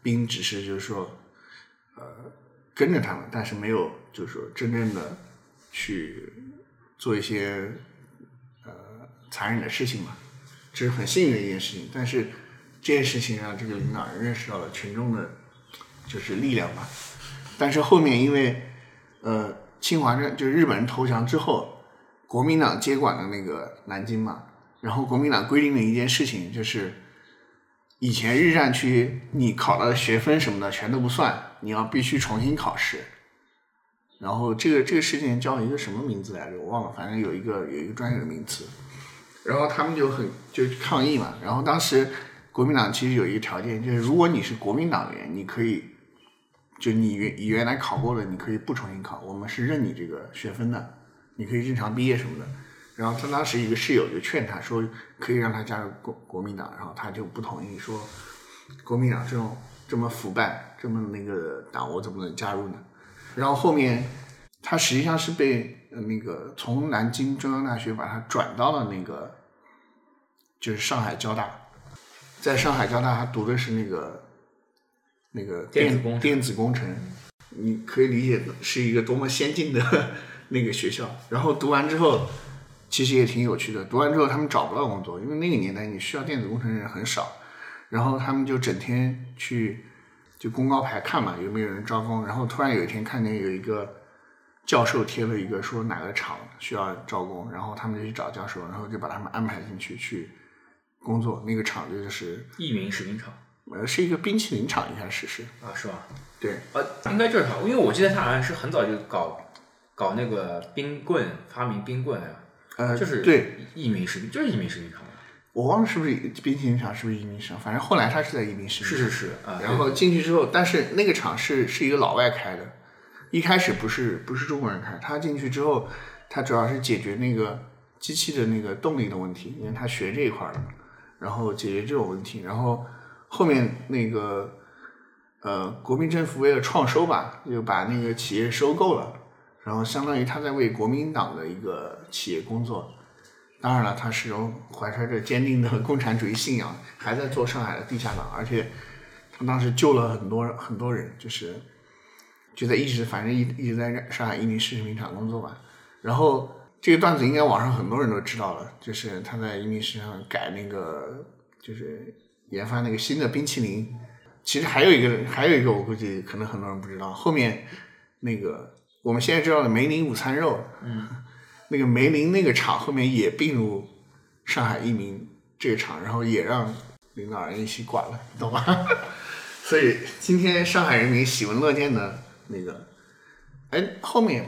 兵只是就是说呃跟着他们，但是没有就是说真正的去做一些呃残忍的事情嘛，这是很幸运的一件事情。但是这件事情让这个领导人认识到了群众的就是力量吧。但是后面因为呃侵华战就是日本人投降之后，国民党接管了那个南京嘛，然后国民党规定了一件事情，就是以前日战区你考的学分什么的全都不算，你要必须重新考试。然后这个这个事情叫一个什么名字来着我忘了，反正有一个有一个专业的名词。然后他们就很就抗议嘛，然后当时国民党其实有一个条件，就是如果你是国民党员，你可以就你原你原来考过的你可以不重新考，我们是认你这个学分的，你可以正常毕业什么的。然后他当时一个室友就劝他说可以让他加入国国民党，然后他就不同意，说国民党这种这么腐败这么那个党我怎么能加入呢？然后后面他实际上是被、呃、那个从南京中央大学把他转到了那个就是上海交大，在上海交大他读的是那个那个电电子工程， 电子工程，你可以理解是一个多么先进的那个学校。然后读完之后其实也挺有趣的，读完之后他们找不到工作，因为那个年代你需要电子工程的人很少，然后他们就整天去就公告牌看嘛有没有人招工。然后突然有一天看见有一个教授贴了一个说哪个厂需要招工，然后他们就去找教授，然后就把他们安排进去去工作。那个厂就是益民食品厂， 呃是一个冰淇淋厂，一开始是啊，是吧？ 对， 呃，应该就是他，因为我记得他好像是很早就搞搞那个冰棍，发明冰棍呀， 呃就是对益民食品，就是益民食品厂。 我忘了是不是冰淇淋厂是不是移民厂，反正后来他是在移民市是是是啊。 然后进去之后，但是那个厂是是一个老外开的，一开始不是不是中国人开，他进去之后，他主要是解决那个机器的那个动力的问题，因为他学这一块的，然后解决这种问题。然后后面那个呃国民政府为了创收吧，就把那个企业收购了，然后相当于他在为国民党的一个企业工作。当然了，他始终怀揣着坚定的共产主义信仰，还在做上海的地下党，而且他当时救了很多很多人，就是就在一直反正一一直在上海益民食品厂工作吧。然后这个段子应该网上很多人都知道了，就是他在益民食品厂改那个就是研发那个新的冰淇淋。其实还有一个还有一个我估计可能很多人不知道，后面那个我们现在知道的梅林午餐肉， 嗯。 那个梅林那个厂后面也并入上海益民这个厂，然后也让领导人一起管了，懂吗？所以今天上海人民喜闻乐见的那个，哎，后面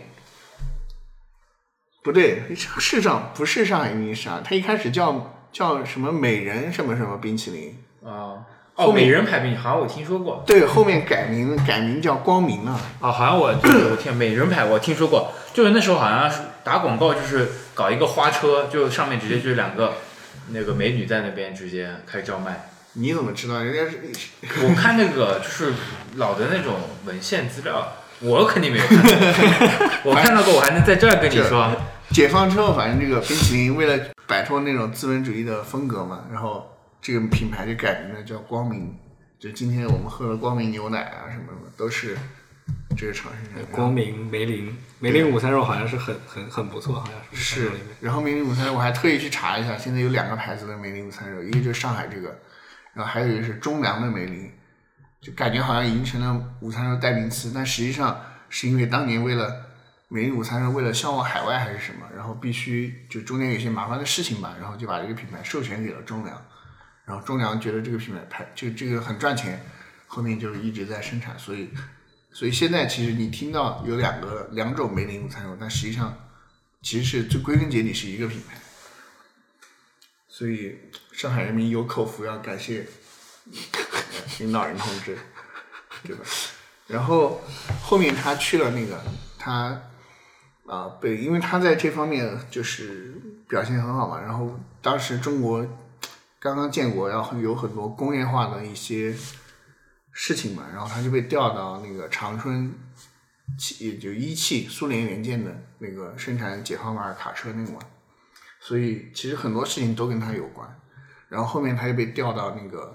不对，市长不是上海益民市场，他一开始叫叫什么美人什么什么冰淇淋啊。哦，美人牌冰淇淋好像我听说过。 对，后面改名改名叫光明了。 啊，好像我就是我听美人牌我听说过，就是那时候好像是打广告，就是搞一个花车，就上面直接就是两个那个美女在那边直接开始叫卖。 你怎么知道？人家是我看那个就是老的那种文献资料，我肯定没有看到。我看到过，我还能在这儿跟你说。 解放之后，反正这个冰淇淋为了摆脱那种资本主义的风格嘛，然后这个品牌就改名了叫光明，就今天我们喝的光明牛奶啊什么的都是这个厂生产的。 光明梅林梅林午餐肉好像是很很很不错，好像是。 是，然后梅林午餐肉我还特意去查一下，现在有两个牌子的梅林午餐肉，一个就是上海这个，然后还有一个是中粮的梅林，就感觉好像已经成了午餐肉代名词，但实际上是因为当年为了梅林午餐肉为了销往海外还是什么，然后必须就中间有些麻烦的事情吧，然后就把这个品牌授权给了中粮。然后中粮觉得这个品牌牌就这个很赚钱，后面就一直在生产，所以所以现在其实你听到有两个两种梅林午餐肉，但实际上其实是最归根结底是一个品牌。所以上海人民有口福，要感谢领导人同志，对吧？然后后面他去了那个他啊被，因为他在这方面就是表现很好嘛，然后当时中国刚刚建国，要有很多工业化的一些事情嘛，然后他就被调到那个长春汽，也就一汽苏联原件的那个生产解放马尔卡车那个嘛，所以其实很多事情都跟他有关。然后后面他又被调到那个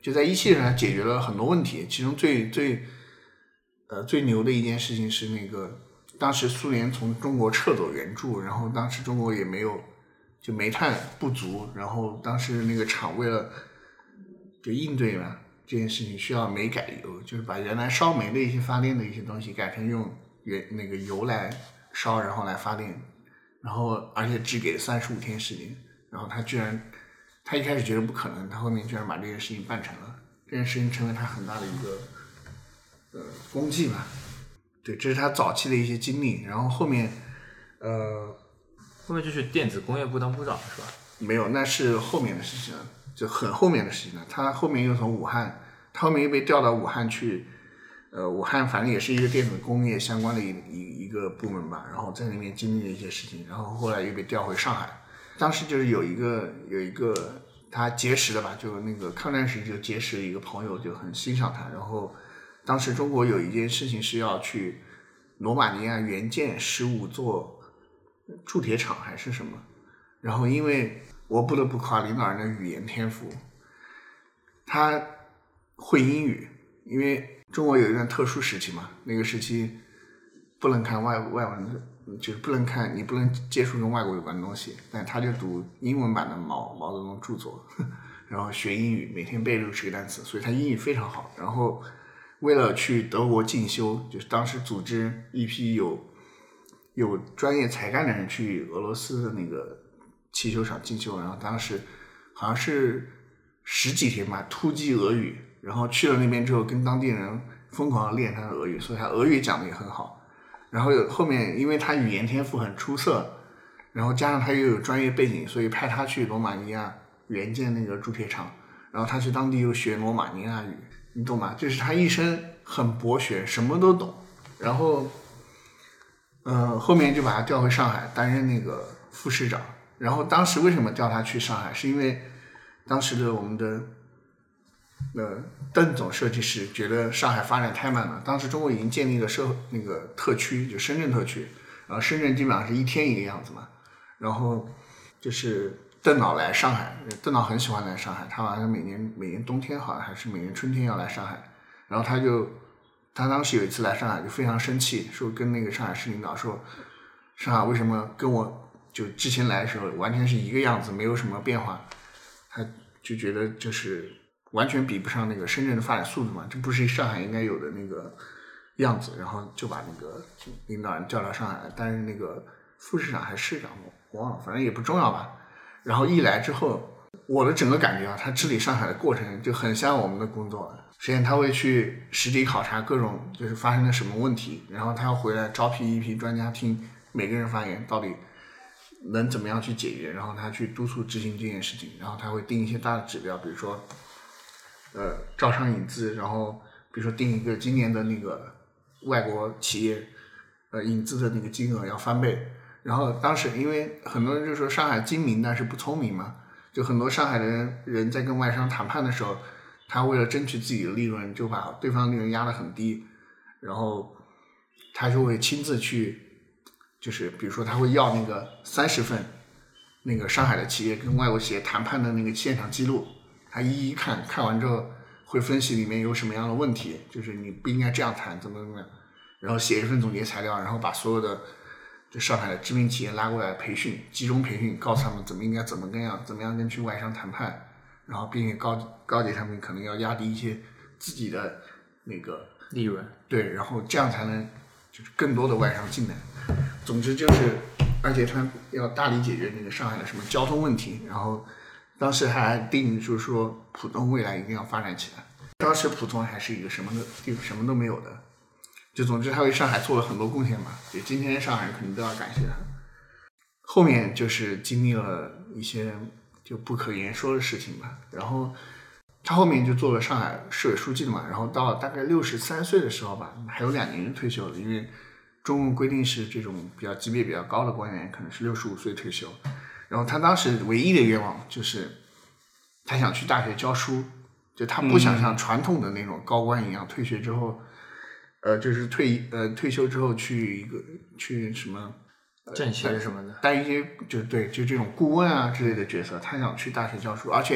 就在一汽上解决了很多问题，其中最最呃最牛的一件事情是那个当时苏联从中国撤走援助，然后当时中国也没有就煤炭不足，然后当时那个厂为了就应对嘛这件事情需要煤改油，就是把原来烧煤的一些发电的一些东西改成用原那个油来烧，然后来发电，然后而且只给三十五天时间，然后他居然他一开始觉得不可能，他后面居然把这件事情办成了，这件事情成为他很大的一个呃功绩吧。对，这是他早期的一些经历，然后后面呃后面就是电子工业部当部长是吧？ 没有，那是后面的事情了，就很后面的事情了。他后面又从武汉，他后面又被调到武汉去，呃，武汉反正也是一个电子工业相关的一一一个部门吧，然后在里面经历了一些事情，然后后来又被调回上海。当时就是有一个有一个他结识的吧，就那个抗战时就结识了一个朋友，就很欣赏他。然后当时中国有一件事情是要去罗马尼亚援建十五座铸铁厂还是什么，然后因为我不得不夸领导人的语言天赋，他会英语，因为中国有一段特殊时期嘛，那个时期不能看外外文，就是不能看，你不能接触跟外国有关的东西，但他就读英文版的毛毛泽东著作，然后学英语，每天背六十个单词，所以他英语非常好。然后为了去德国进修，就是当时组织一批有有专业才干的人去俄罗斯的那个汽修厂进修，然后当时好像是十几天吧，突击俄语，然后去了那边之后跟当地人疯狂的练他的俄语，所以他俄语讲的也很好。然后有后面因为他语言天赋很出色，然后加上他又有专业背景，所以派他去罗马尼亚援建那个铸铁厂，然后他去当地又学罗马尼亚语，你懂吗？就是他一生很博学，什么都懂。然后呃，后面就把他调回上海担任那个副市长。然后当时为什么调他去上海，是因为当时的我们的呃邓总设计师觉得上海发展太慢了，当时中国已经建立了社那个特区，就深圳特区，然后深圳基本上是一天一个样子嘛，然后就是邓老来上海，邓老很喜欢来上海，他好像每年每年冬天好像还是每年春天要来上海，然后他就他当时有一次来上海就非常生气，说跟那个上海市领导说，上海为什么跟我就之前来的时候完全是一个样子，没有什么变化，他就觉得就是完全比不上那个深圳的发展速度嘛，这不是上海应该有的那个样子，然后就把那个领导人调到上海来担任那个副市长还是市长，我忘了，反正也不重要吧。然后一来之后，我的整个感觉啊，他治理上海的过程就很像我们的工作。首先他会去实地考察各种就是发生了什么问题，然后他要回来招聘一批专家，听每个人发言到底能怎么样去解决，然后他去督促执行这件事情，然后他会定一些大的指标，比如说呃招商引资，然后比如说定一个今年的那个外国企业呃引资的那个金额要翻倍。然后当时因为很多人就说上海精明但是不聪明嘛，就很多上海的人人在跟外商谈判的时候，他为了争取自己的利润，就把对方利润压得很低，然后他就会亲自去，就是比如说他会要那个三十份那个上海的企业跟外国企业谈判的那个现场记录，他一一看，看完之后会分析里面有什么样的问题，就是你不应该这样谈，怎么怎么样，然后写一份总结材料，然后把所有的就上海的知名企业拉过来培训，集中培训，告诉他们怎么应该怎么跟样怎么样跟去外商谈判，然后并且告告诫他们可能要压低一些自己的那个利润， 对，然后这样才能就是更多的外商进来。总之就是，而且他要大力解决那个上海的什么交通问题，然后当时还定就是说浦东未来一定要发展起来。当时浦东还是一个什么的什么都没有的。就总之他为上海做了很多贡献嘛，就今天上海人肯定都要感谢他。后面就是经历了一些就不可言说的事情吧，然后他后面就做了上海市委书记的嘛，然后到大概六十三岁的时候吧，还有两年退休了，因为中共规定是这种比较级别比较高的官员可能是六十五岁退休，然后他当时唯一的愿望就是他想去大学教书，就他不想像传统的那种高官一样、嗯、退学之后呃，就是退呃退休之后去一个去什么政协什么的， 担一些就对就这种顾问啊之类的角色，他想去大学教书，而且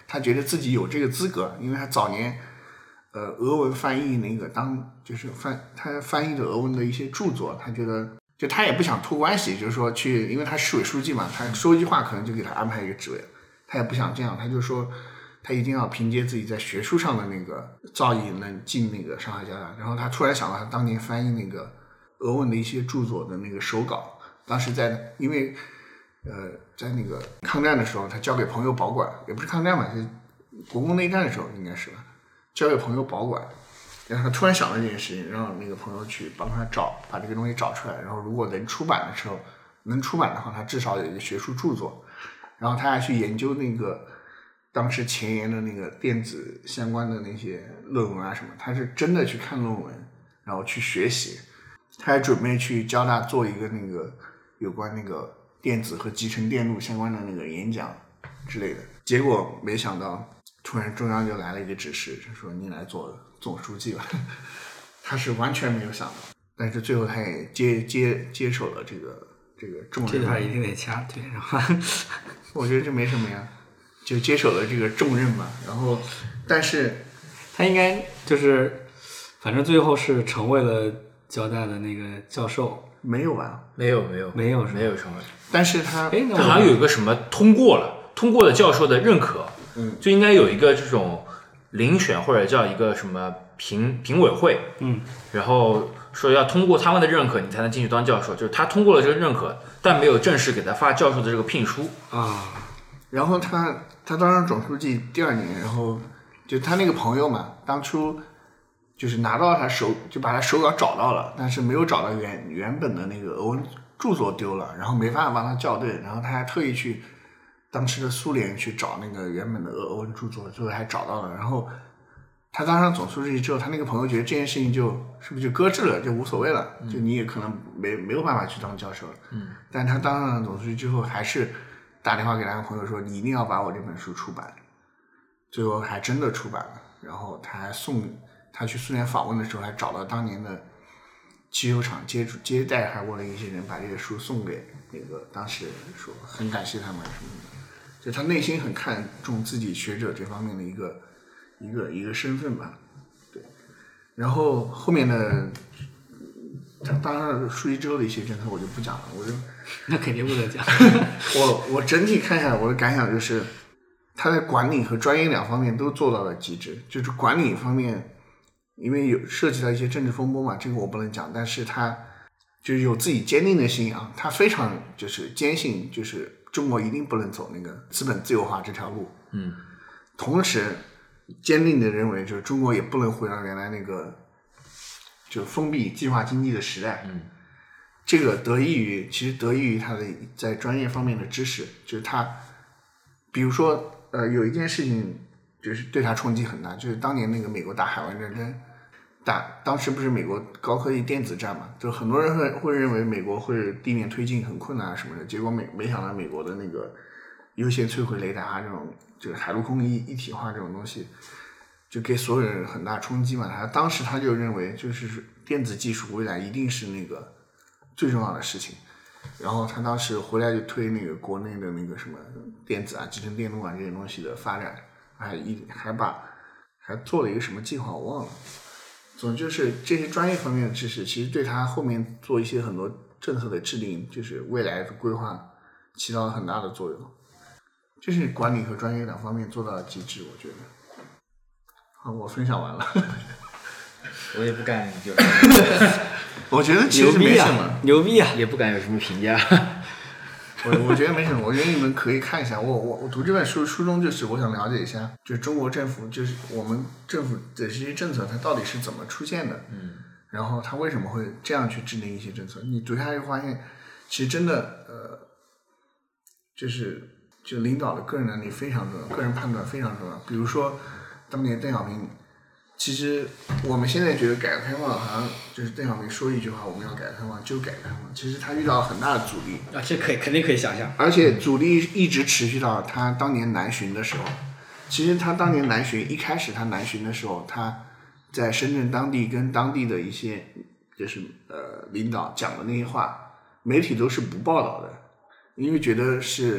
他觉得自己有这个资格，因为他早年呃俄文翻译那个当就是翻他翻译的俄文的一些著作，他觉得就他也不想托关系，就是说去，因为他市委书记嘛，他说一句话可能就给他安排一个职位，他也不想这样，他就说他一定要凭借自己在学术上的那个造诣能进那个上海交大。然后他突然想到他当年翻译那个俄文的一些著作的那个手稿，当时在因为呃在那个抗战的时候他交给朋友保管，也不是抗战嘛，是国共内战的时候应该是吧，交给朋友保管。然后他突然想到这件事情，让那个朋友去帮他找，把这个东西找出来，然后如果能出版的时候能出版的话，他至少有一个学术著作。然后他还去研究那个当时前沿的那个电子相关的那些论文啊什么，他是真的去看论文，然后去学习。他还准备去交大做一个那个有关那个电子和集成电路相关的那个演讲之类的。结果没想到突然中央就来了一个指示，就说你来做总书记吧。他是完全没有想到，但是最后他也接接接手了这个这个重任。 这句话一定得掐对，然后我觉得这没什么呀，就接手了这个重任嘛。然后，但是他应该就是，反正最后是成为了交大的那个教授。 没有吧？ 没有没有没有没有成为， 但是他哎，他好像有一个什么通过了，通过了教授的认可， 嗯， 就应该有一个这种遴选或者叫一个什么评评委会， 嗯， 然后说要通过他们的认可，你才能进去当教授。就是他通过了这个认可，但没有正式给他发教授的这个聘书啊。 然后他他当上总书记第二年，然后就他那个朋友嘛，当初就是拿到他手，就把他手稿找到了，但是没有找到原原本的那个俄文著作丢了，然后没办法帮他校对，然后他还特意去当时的苏联去找那个原本的俄文著作，最后还找到了。然后他当上总书记之后，他那个朋友觉得这件事情就是不是就搁置了，就无所谓了， 嗯、 就你也可能没没有办法去当教授了。 嗯， 但他当上总书记之后，还是打电话给他的朋友说，你一定要把我这本书出版。最后还真的出版了，然后他还送他去苏联访问的时候，还找到当年的汽修厂接接待海沃的一些人，把这个书送给那个当事人，说很感谢他们什么的。就他内心很看重自己学者这方面的一个一个一个身份吧，对。然后后面的他当上书记之后的一些政策我就不讲了，我就那肯定不能讲。 我我整体看下来，我的感想就是，他在管理和专业两方面都做到了极致。就是管理方面，因为有涉及到一些政治风波嘛，这个我不能讲，但是他就是有自己坚定的信仰，他非常就是坚信，就是中国一定不能走那个资本自由化这条路。 嗯， 同时坚定的认为，就是中国也不能回到原来那个就封闭计划经济的时代。 嗯， 这个得益于其实得益于他的在专业方面的知识，就是他比如说呃有一件事情就是对他冲击很大，就是当年那个美国打海湾战争，打当时不是美国高科技电子战嘛，就很多人会会认为美国会地面推进很困难什么的，结果没没想到美国的那个优先摧毁雷达啊这种就是海陆空一一体化这种东西，就给所有人很大冲击嘛。他当时他就认为就是电子技术未来一定是那个最重要的事情，然后他当时回来就推那个国内的那个什么电子啊、集成电路啊这些东西的发展，还一还把还做了一个什么计划我忘了。总之就是这些专业方面的知识，其实对他后面做一些很多政策的制定，就是未来的规划起到了很大的作用。就是管理和专业两方面做到了极致，我觉得。好，我分享完了。 我也不敢有我觉得其实没什么， 牛逼啊！ 也不敢有什么评价。 我我觉得没什么，我觉得你们可以看一下。我我我读这本书初衷就是我想了解一下，就是中国政府就是我们政府的这些政策它到底是怎么出现的， 嗯， 然后它为什么会这样去制定一些政策。你读下去发现，其实真的呃，就是就领导的个人能力非常重要，个人判断非常重要。比如说当年邓小平。其实我们现在觉得改革开放好像就是邓小平说一句话，我们要改革开放就改革开放。其实他遇到很大的阻力啊，这可以肯定可以想象， 而且阻力一直持续到他当年南巡的时候。其实他当年南巡一开始他南巡的时候，他在深圳当地跟当地的一些就是呃领导讲的那些话，媒体都是不报道的，因为觉得是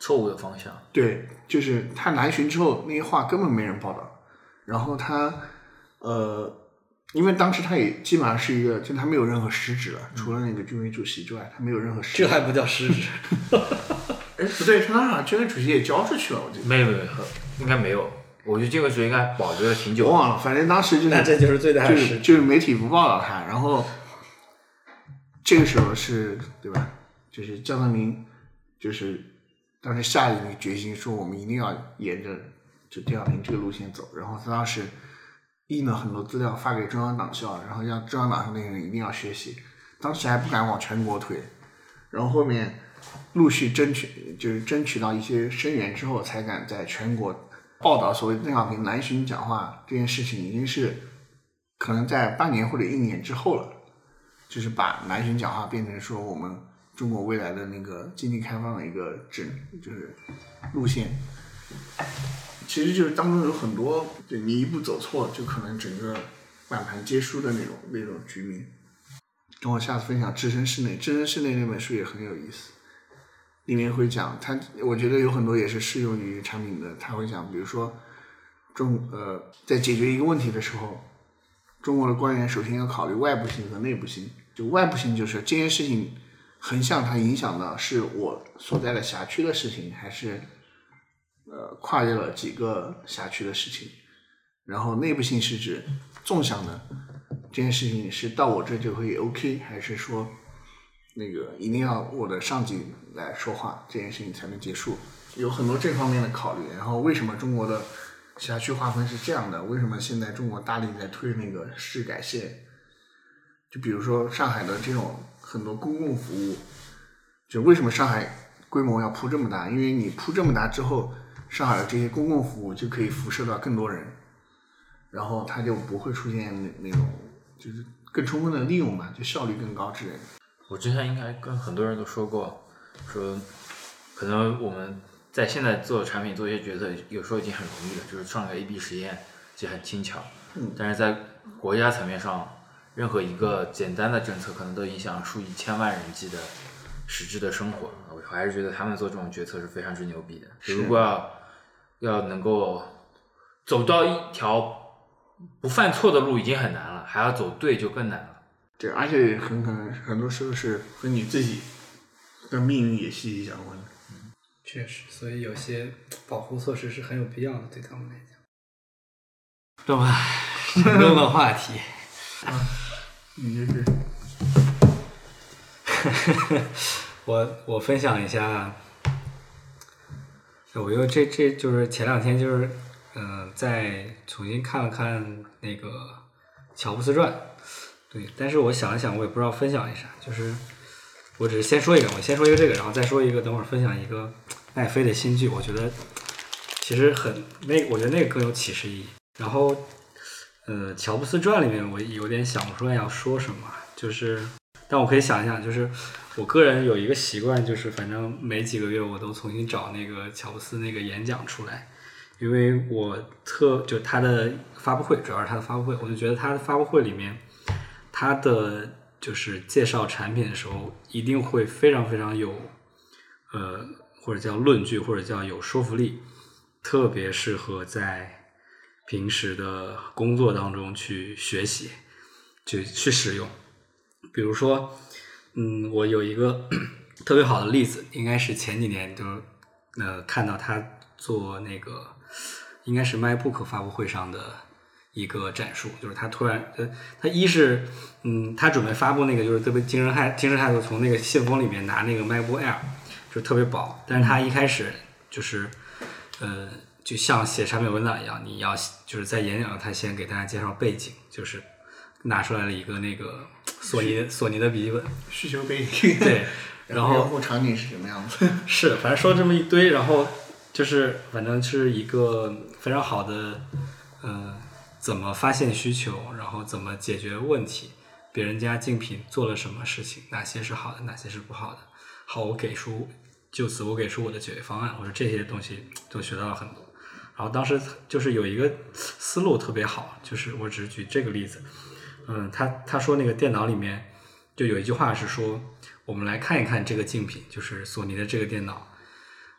错误的方向。 对，就是他南巡之后那些话根本没人报道，然后他呃，因为当时他也基本上是一个，就他没有任何实质了，嗯、除了那个军委主席之外，他没有任何实质。 这还不叫实质？ 哎，不对，他当时好像军委主席也交出去了，我记得。 没有没有，应该没有。我觉得军委主席应该保留了挺久。 我忘了，反正当时就是， 那这就是最大的实质， 就是媒体不报道他，然后这个时候是对吧？就是江泽民就是当时下定决心说，我们一定要沿着就邓小平这个路线走，然后他当时印了很多资料发给中央党校，然后让中央党校那些人一定要学习，当时还不敢往全国推，然后后面陆续争取就是争取到一些声援之后，才敢在全国报道所谓邓小平南巡讲话这件事情，已经是可能在半年或者一年之后了，就是把南巡讲话变成说我们中国未来的那个经济开放的一个指就是路线。其实就是当中有很多，就你一步走错，就可能整个满盘皆输的那种那种局面。跟我下次分享《置身事内》，《置身事内》那本书也很有意思，里面会讲它，我觉得有很多也是适用于产品的。他会讲，比如说中呃，在解决一个问题的时候，中国的官员首先要考虑外部性和内部性。就外部性就是这件事情横向它影响的是我所在的辖区的事情，还是呃，跨越了几个辖区的事情，然后内部性是指纵向的这件事情是到我这就可以 OK， 还是说那个一定要我的上级来说话，这件事情才能结束，有很多这方面的考虑。然后为什么中国的辖区划分是这样的？为什么现在中国大力在推那个市改县？就比如说上海的这种很多公共服务，就为什么上海规模要铺这么大？因为你铺这么大之后，上海的这些公共服务就可以辐射到更多人，然后它就不会出现那那种就是更充分的利用嘛，就效率更高之类的。 我之前应该跟很多人都说过，说可能我们在现在做产品做一些决策，有时候已经很容易了，就是上个 A B 实验就很轻巧， 嗯， 但是在国家层面上，任何一个简单的政策可能都影响数以千万人计的实质的生活。我还是觉得他们做这种决策是非常之牛逼的。如果要要能够走到一条不犯错的路已经很难了，还要走对就更难了。 对，而且很可能很多时候是和你自己的命运也息息相关的。 嗯，确实，所以有些保护措施是很有必要的，对他们来讲。对吧？沉重的话题。 啊，你这是。 我我分享一下，我又这这就是前两天就是嗯、呃，再重新看了看那个乔布斯传，对，但是我想了想，我也不知道分享一啥，就是我只是先说一个，我先说一个这个，然后再说一个，等会儿分享一个奈飞的新剧，我觉得其实很那，我觉得那个更有启示意义。然后呃，乔布斯传里面我有点想不出来要说什么，就是但我可以想一想，就是我个人有一个习惯，就是反正每几个月我都重新找那个乔布斯那个演讲出来，因为我特就他的发布会，主要是他的发布会，我就觉得他的发布会里面，他的就是介绍产品的时候，一定会非常非常有呃或者叫论据，或者叫有说服力，特别适合在平时的工作当中去学习，去去使用。比如说，嗯，我有一个特别好的例子，应该是前几年就呃看到他做那个应该是 MacBook 发布会上的一个展述，就是他突然呃他一是嗯他准备发布那个就是特别惊人骇惊人骇俗，从那个信封里面拿那个 MacBook Air 就是特别薄，但是他一开始就是呃就像写产品文档一样，你要就是在演讲他先给大家介绍背景，就是拿出来了一个那个索尼索尼的笔记本需求背景， 对，然后用户场景是什么样子？ 是，反正说这么一堆，然后就是反正是一个非常好的，呃，怎么发现需求，然后怎么解决问题，别人家竞品做了什么事情，哪些是好的，哪些是不好的，好，我给出就此我给出我的解决方案，或者这些东西都学到了很多。然后当时就是有一个思路特别好，就是我只是举这个例子。嗯，他他说那个电脑里面就有一句话是说，我们来看一看这个竞品，就是索尼的这个电脑，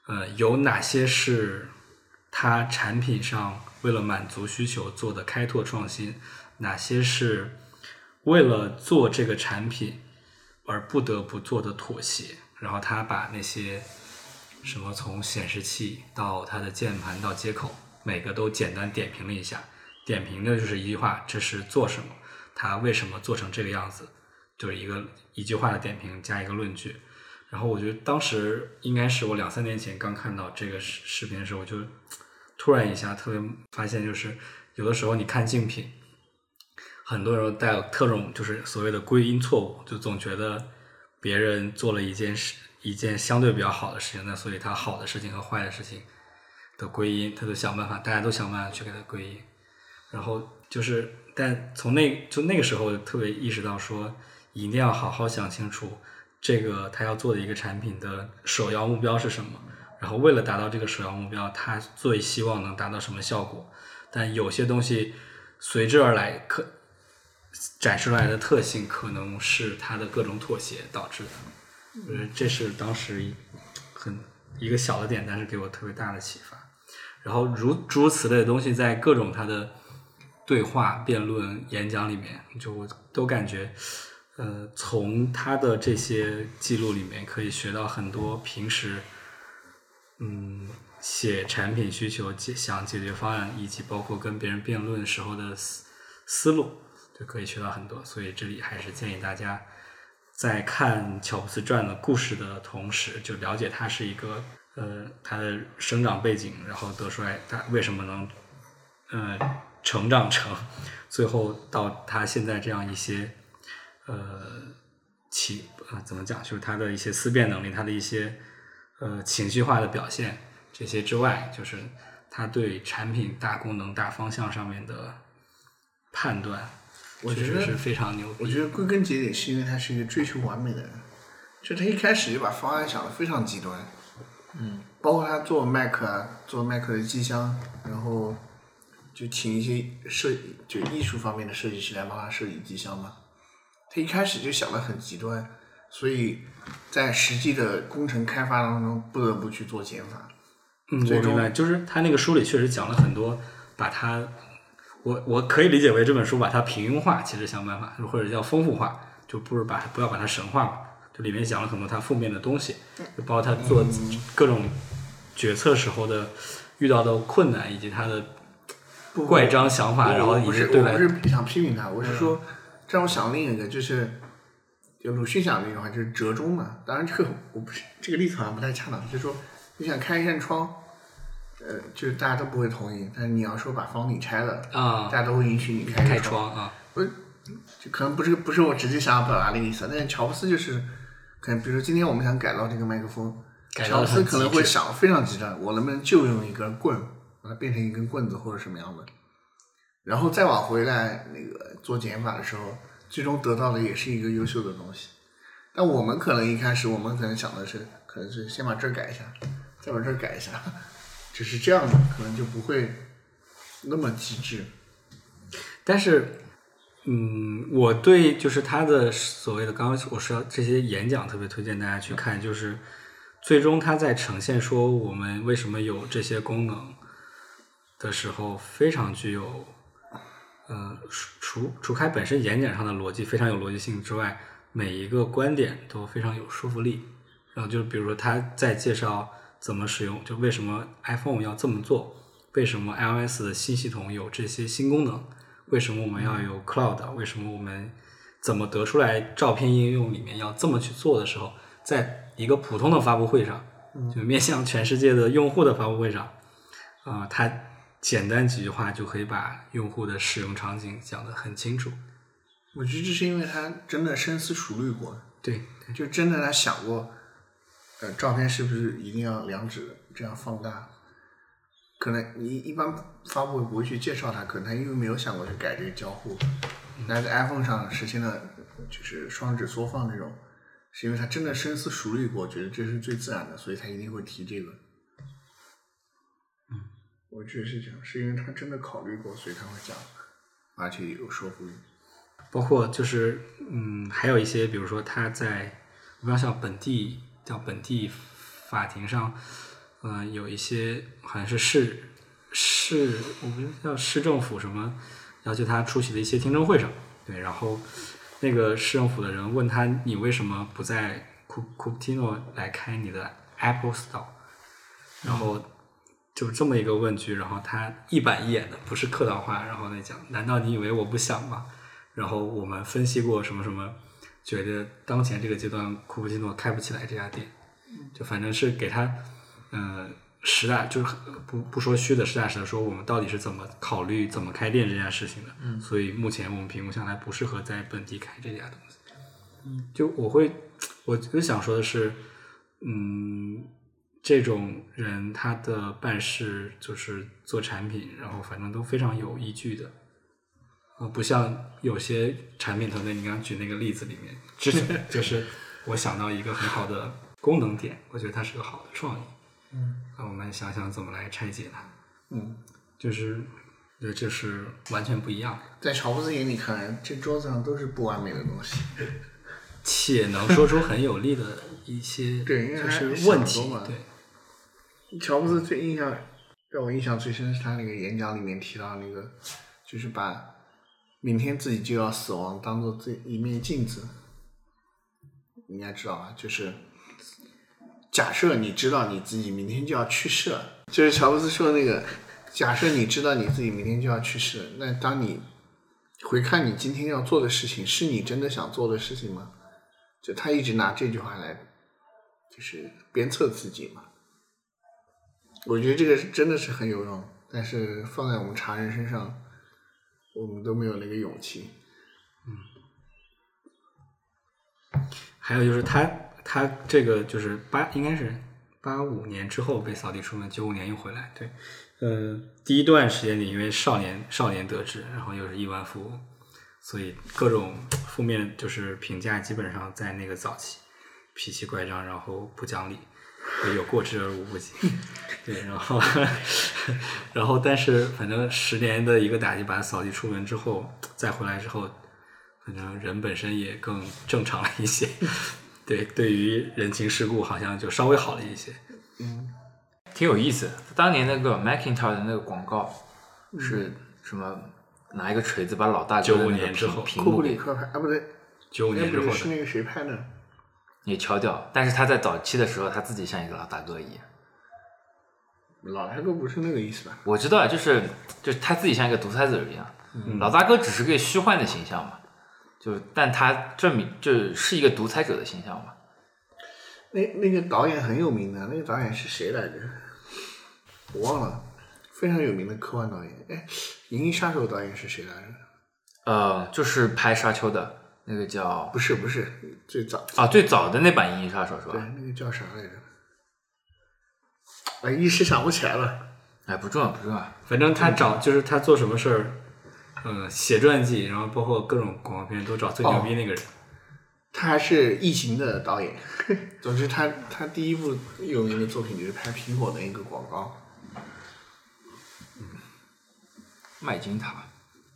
呃，有哪些是它产品上为了满足需求做的开拓创新，哪些是为了做这个产品而不得不做的妥协，然后他把那些什么从显示器到它的键盘到接口，每个都简单点评了一下，点评的就是一句话，这是做什么，它为什么做成这个样子，就是一个一句话的点评加一个论据。然后我觉得当时应该是我两三年前刚看到这个视视频的时候，我就突然一下特别发现，就是有的时候你看竞品，很多人带有特种就是所谓的归因错误，就总觉得别人做了一件事一件相对比较好的事情，那所以他好的事情和坏的事情的归因，他就想办法，大家都想办法去给他归因。然后就是，但从那就那个时候特别意识到说，一定要好好想清楚这个他要做的一个产品的首要目标是什么，然后为了达到这个首要目标，他最希望能达到什么效果。但有些东西随之而来可展示出来的特性，可能是他的各种妥协导致的。我觉得这是当时很一个小的点，但是给我特别大的启发。然后如诸如此类的东西，在各种他的对话、辩论、演讲里面，就我都感觉，呃，从他的这些记录里面可以学到很多平时，嗯，写产品需求、解想解决方案，以及包括跟别人辩论时候的思思路，就可以学到很多。所以这里还是建议大家，在看乔布斯传的故事的同时，就了解他是一个呃他的生长背景，然后得出来他为什么能呃成长成最后到他现在这样一些呃情呃怎么讲，就是他的一些思辨能力，他的一些呃情绪化的表现，这些之外，就是他对产品大功能大方向上面的判断。 我觉得是非常牛逼。 我觉得归根结底是因为他是一个追求完美的人，就他一开始就把方案想得非常极端，嗯，包括他做 Mac 啊，做 Mac 的机箱，然后就请一些设就艺术方面的设计师来帮他设计机箱嘛。他一开始就想得很极端，所以在实际的工程开发当中不得不去做减法。 嗯，我明白，就是他那个书里确实讲了很多，把他。我我可以理解为这本书把它平庸化，其实想办法，或者叫丰富化，就不是把不要把它神化嘛。就里面讲了很多它负面的东西，就包括他做各种决策时候的遇到的困难，以及他的怪张想法，然后以及对来。 我不是想批评他，我是说，这让我想另一个，就是就鲁迅讲的一句话，就是折中嘛。当然这个我不是这个例子好像不太恰当，就是说你想开一扇窗。呃，就是大家都不会同意，但是你要说把房顶拆了， 啊， 大家都会允许你开开窗啊。 不是，就可能不是不是我直接想要表达的意思，但是乔布斯就是，可能比如说今天我们想改造这个麦克风，乔布斯可能会想非常极端，我能不能就用一根棍把它变成一根棍子或者什么样的，然后再往回来那个做减法的时候，最终得到的也是一个优秀的东西。但我们可能一开始我们可能想的是，可能是先把这儿改一下，再把这儿改一下。只是这样的，可能就不会那么极致。 但是，嗯，我对就是他的所谓的刚刚我说这些演讲特别推荐大家去看，就是最终他在呈现说我们为什么有这些功能的时候，非常具有呃除除开本身演讲上的逻辑非常有逻辑性之外，每一个观点都非常有说服力。然后就是比如说他在介绍怎么使用，就为什么 iPhone 要这么做，为什么 iOS 的新系统有这些新功能，为什么我们要有 Cloud， 为什么我们怎么得出来照片应用里面要这么去做的时候，在一个普通的发布会上，就面向全世界的用户的发布会上，啊、呃，他简单几句话就可以把用户的使用场景讲得很清楚。 我觉得这是因为他真的深思熟虑过， 对， 对就真的他想过。呃，照片是不是一定要两指这样放大？可能你一般发布会不会去介绍它，可能他因为没有想过去改这个交互。但是 iPhone 上实现了就是双指缩放这种，是因为他真的深思熟虑过，觉得这是最自然的，所以他一定会提这个。 嗯， 我觉得是这样，是因为他真的考虑过，所以他会讲，而且有说服力。 包括就是嗯，还有一些，比如说他在，比方像本地。叫本地法庭上， 呃，有一些好像是市市，我不知道叫市政府什么，要求他出席的一些听证会上，对，然后那个市政府的人问他，你为什么不在库库普提诺来开你的 Apple Store？ 然后就这么一个问句，然后他一板一眼的，不是客套话，然后来讲，难道你以为我不想吗？然后我们分析过什么什么，觉得当前这个阶段库普提诺开不起来这家店，就反正是给他，呃，实打就是不不说虚的，实打实的说，我们到底是怎么考虑怎么开店这件事情的。嗯，所以目前我们评估下来不适合在本地开这家东西。嗯，就我会，我就想说的是，嗯。这种人他的办事就是做产品，然后反正都非常有依据的，呃，不像有些产品团队，你刚刚举那个例子里面，就是我想到一个很好的功能点，我觉得它是个好的创意，嗯，那我们想想怎么来拆解它， 嗯， 就是对，这是完全不一样的。 在乔布斯眼里看来，这桌子上都是不完美的东西， 且能说出很有力的一些就是问题，对。 乔布斯最印象让我印象最深是他那个演讲里面提到那个，就是把明天自己就要死亡当做这一面镜子，你应该知道吧？就是假设你知道你自己明天就要去世了，就是乔布斯说的那个，假设你知道你自己明天就要去世了，那当你回看你今天要做的事情，是你真的想做的事情吗？就他一直拿这句话来就是鞭策自己嘛。我觉得这个真的是很有用，但是放在我们茶人身上，我们都没有那个勇气。 嗯，还有就是他他这个就是八应该是八五年之后被扫地出门，九五年又回来。对，呃，第一段时间里因为少年少年得志，然后又是亿万富翁，所以各种负面就是评价基本上在那个早期，脾气乖张，然后不讲理。有过之而无不及，对，然后，然后，但是反正十年的一个打击，把他扫地出门之后，再回来之后，反正人本身也更正常了一些，对，对于人情世故好像就稍微好了一些， 嗯， 挺有意思。当年那个 Macintosh 的那个广告是什么？拿一个锤子把老大九五年之后库布里克拍啊，不对， 九五年之后是那个谁拍的？ 也敲掉，但是他在早期的时候，他自己像一个老大哥一样。 老大哥不是那个意思吧？ 我知道，就是就是他自己像一个独裁者一样。嗯、老大哥只是个虚幻的形象嘛，就但他证明就是一个独裁者的形象嘛。 那那个导演很有名的，那个导演是谁来着？我忘了，非常有名的科幻导演。哎，《银翼杀手》导演是谁来着？ 呃，就是拍《沙丘》的。那个叫不是不是最早啊，最早的那版《银翼杀手》是吧？ 对，那个叫啥来着？哎，一时想不起来了。 哎，不重要不重要， 反正他找就是他做什么事儿，嗯，写传记，然后包括各种广告片都找最牛逼那个人。 哦、他还是异形的导演。总之他，他他第一部有名的作品就是拍苹果的一个广告。 嗯，麦金塔。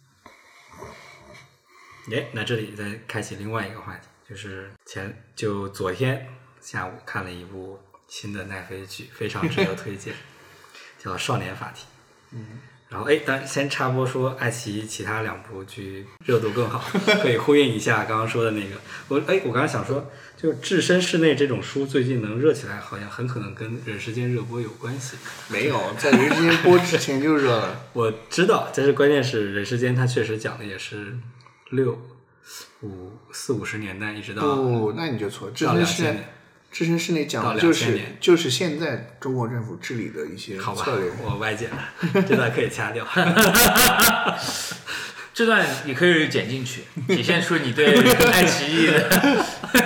哎，那这里再开启另外一个话题，就是前就昨天下午看了一部新的奈飞剧，非常值得推荐，叫《少年法庭》。嗯，然后哎，当然先插播说，爱奇艺其他两部剧热度更好，可以呼应一下刚刚说的那个。我哎，我刚刚想说，就《置身事内》这种书最近能热起来，好像很可能跟《人世间》热播有关系。 没有，在《人世间》播之前就热了。 我知道，但是关键是《人世间》它确实讲的也是。六五四五十年代一直到不，那你就错。置身事内，置身事内讲的就是就是现在中国政府治理的一些策略。 我歪解了，这段可以掐掉。 这段你可以剪进去，体现出你对爱奇艺的。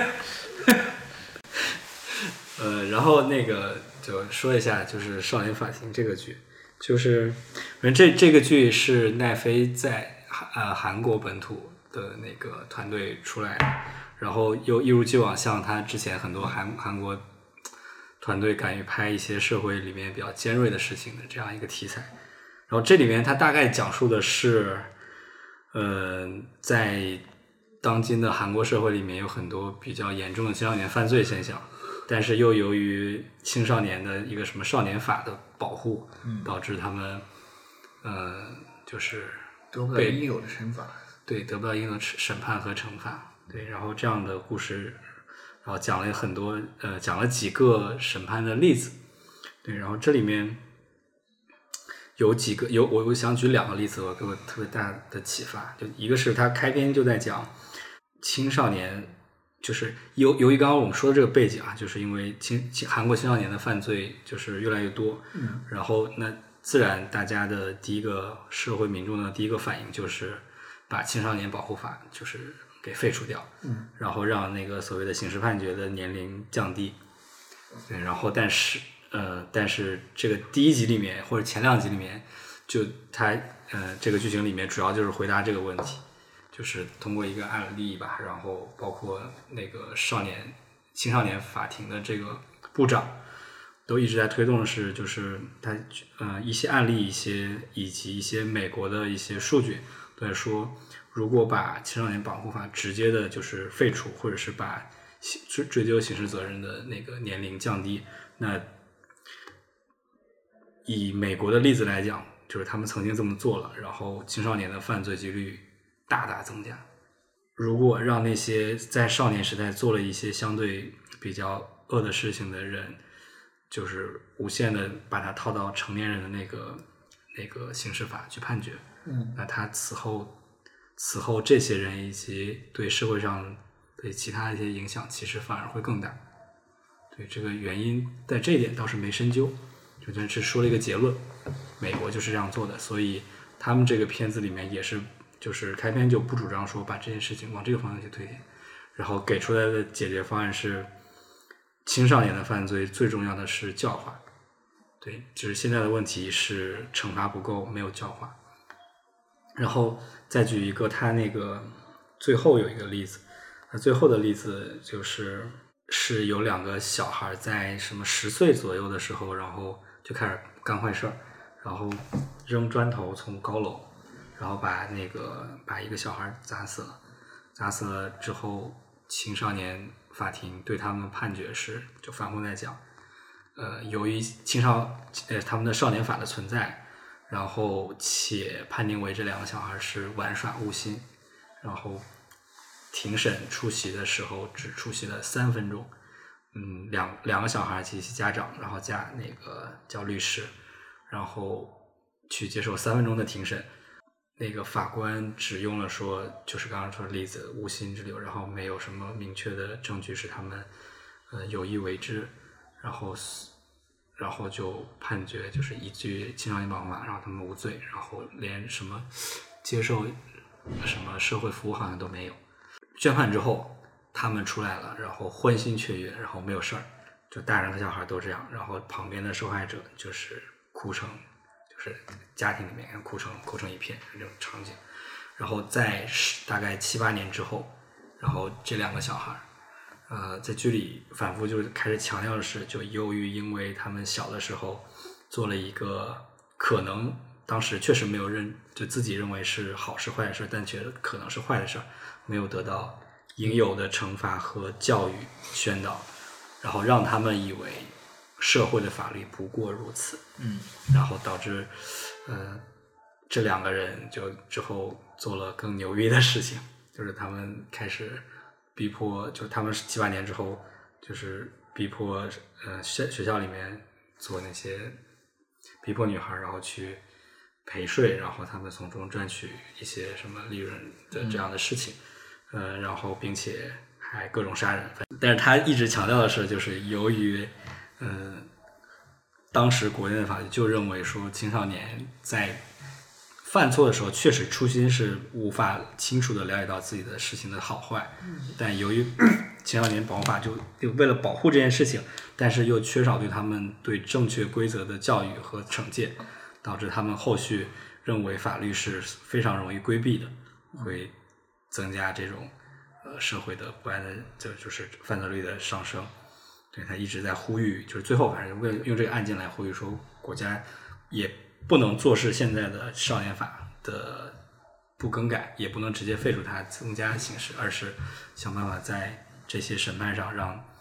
呃，然后那个就说一下，就是《少年法庭》这个剧，就是这这个剧是奈飞在呃韩国本土的那个团队出来的，然后又一如既往像他之前很多韩韩国团队敢于拍一些社会里面比较尖锐的事情的这样一个题材。然后这里面它大概讲述的是呃在当今的韩国社会里面有很多比较严重的青少年犯罪现象， 但是又由于青少年的一个什么少年法的保护， 嗯、 导致他们呃就是得不到应有的惩罚， 对，得不到应有的审判和惩罚，对，然后这样的故事，然后讲了很多呃讲了几个审判的例子，对，然后这里面有几个有我我想举两个例子，我给我特别大的启发，就一个是他开篇就在讲青少年。就是由由于刚刚我们说的这个背景啊，就是因为青韩国青少年的犯罪就是越来越多， 嗯， 然后那自然大家的第一个社会民众的第一个反应就是把青少年保护法就是给废除掉， 嗯， 然后让那个所谓的刑事判决的年龄降低，对，然后但是呃但是这个第一集里面或者前两集里面就他呃这个剧情里面主要就是回答这个问题。就是通过一个案例吧，然后包括那个少年青少年法庭的这个部长都一直在推动的是，就是他呃一些案例，一些以及一些美国的一些数据都在说，如果把青少年保护法直接的就是废除，或者是把追追究刑事责任的那个年龄降低，那以美国的例子来讲，就是他们曾经这么做了，然后青少年的犯罪几率大大增加。如果让那些在少年时代做了一些相对比较恶的事情的人，就是无限的把他套到成年人的那个那个刑事法去判决， 嗯， 那他此后此后这些人以及对社会上对其他一些影响，其实反而会更大。对这个原因，在这一点倒是没深究，就只是说了一个结论，美国就是这样做的，所以他们这个片子里面也是。就是开篇就不主张说把这件事情往这个方向去推进，然后给出来的解决方案是青少年的犯罪最重要的是教化，对，就是现在的问题是惩罚不够，没有教化。然后再举一个他那个最后有一个例子，那最后的例子就是是有两个小孩在什么十岁左右的时候，然后就开始干坏事儿，然后扔砖头从高楼。然后把那个把一个小孩砸死了，砸死了之后，青少年法庭对他们判决是，就反过来讲，呃，由于青少呃他们的少年法的存在，然后且判定为这两个小孩是玩耍无心，然后庭审出席的时候只出席了三分钟，嗯，两两个小孩及其家长，然后加那个叫律师，然后去接受三分钟的庭审。那个法官只用了说，就是刚刚说的例子，无心之流，然后没有什么明确的证据是他们呃有意为之，然后然后就判决就是依据青少年保护法，然后他们无罪，然后连什么接受什么社会服务好像都没有。宣判之后，他们出来了，然后欢欣雀跃，然后没有事儿，就大人和小孩都这样，然后旁边的受害者就是哭成。是家庭里面哭成哭成一片这种场景，然后在大概七八年之后，然后这两个小孩，呃，在剧里反复就开始强调的是，就由于因为他们小的时候做了一个可能当时确实没有认就自己认为是好事坏的事，但觉得可能是坏的事，没有得到应有的惩罚和教育宣导，然后让他们以为。社会的法律不过如此， 嗯， 然后导致，呃，这两个人就之后做了更牛逼的事情，就是他们开始逼迫，就他们七八年之后，就是逼迫呃学学校里面做那些逼迫女孩，然后去陪睡，然后他们从中赚取一些什么利润的这样的事情，嗯、呃，然后并且还各种杀人，但是他一直强调的是，就是由于。嗯，当时国内的法律就认为说，青少年在犯错的时候，确实初心是无法清楚的了解到自己的事情的好坏，但由于青少年保护法就就为了保护这件事情，但是又缺少对他们对正确规则的教育和惩戒，导致他们后续认为法律是非常容易规避的，会增加这种呃社会的不安的，就就是犯罪率的上升。对，他一直在呼吁，就是最后反正为了用这个案件来呼吁说，国家也不能坐视现在的少年法的不更改，也不能直接废除它，增加刑事，而是想办法在这些审判上让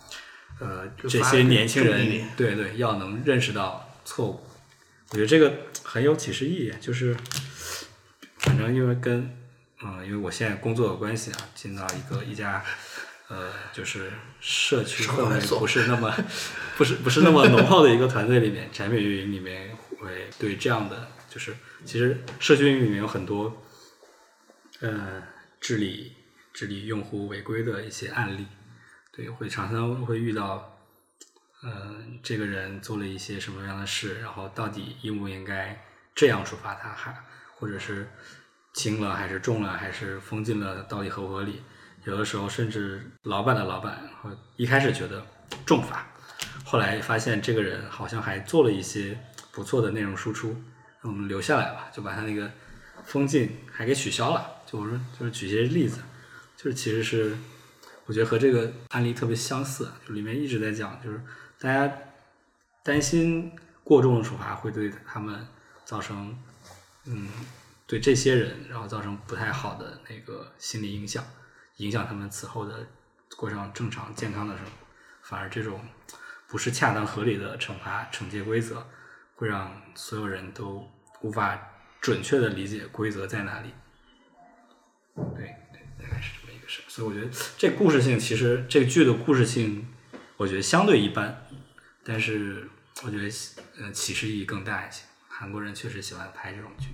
呃这些年轻人对对要能认识到错误。我觉得这个很有启示意义，就是反正因为跟嗯、呃，因为我现在工作的关系啊，进到一个一家呃，就是社区氛围不是那么不是不是那么浓厚的一个团队里面，产品运营里面会对这样的就是其实社区运营里面有很多呃治理治理用户违规的一些案例，对，会常常会遇到。呃，这个人做了一些什么样的事，然后到底应不应该这样处罚他，还或者是轻了还是重了，还是封禁了，到底合不合理？有的时候甚至老板的老板，一开始觉得重罚，后来发现这个人好像还做了一些不错的内容输出，我们留下来吧，就把他那个封禁还给取消了。就我说，就是举些例子，就是其实是我觉得和这个案例特别相似，就里面一直在讲，就是大家担心过重的处罚会对他们造成，嗯，对这些人，然后造成不太好的那个心理影响，影响他们此后的过上正常健康的生活。反而这种不是恰当合理的惩罚惩戒规则，会让所有人都无法准确的理解规则在哪里。对对，大概是这么一个事。所以我觉得这个故事性，其实这个剧的故事性，我觉得相对一般，但是我觉得呃启示意义更大一些。韩国人确实喜欢拍这种剧。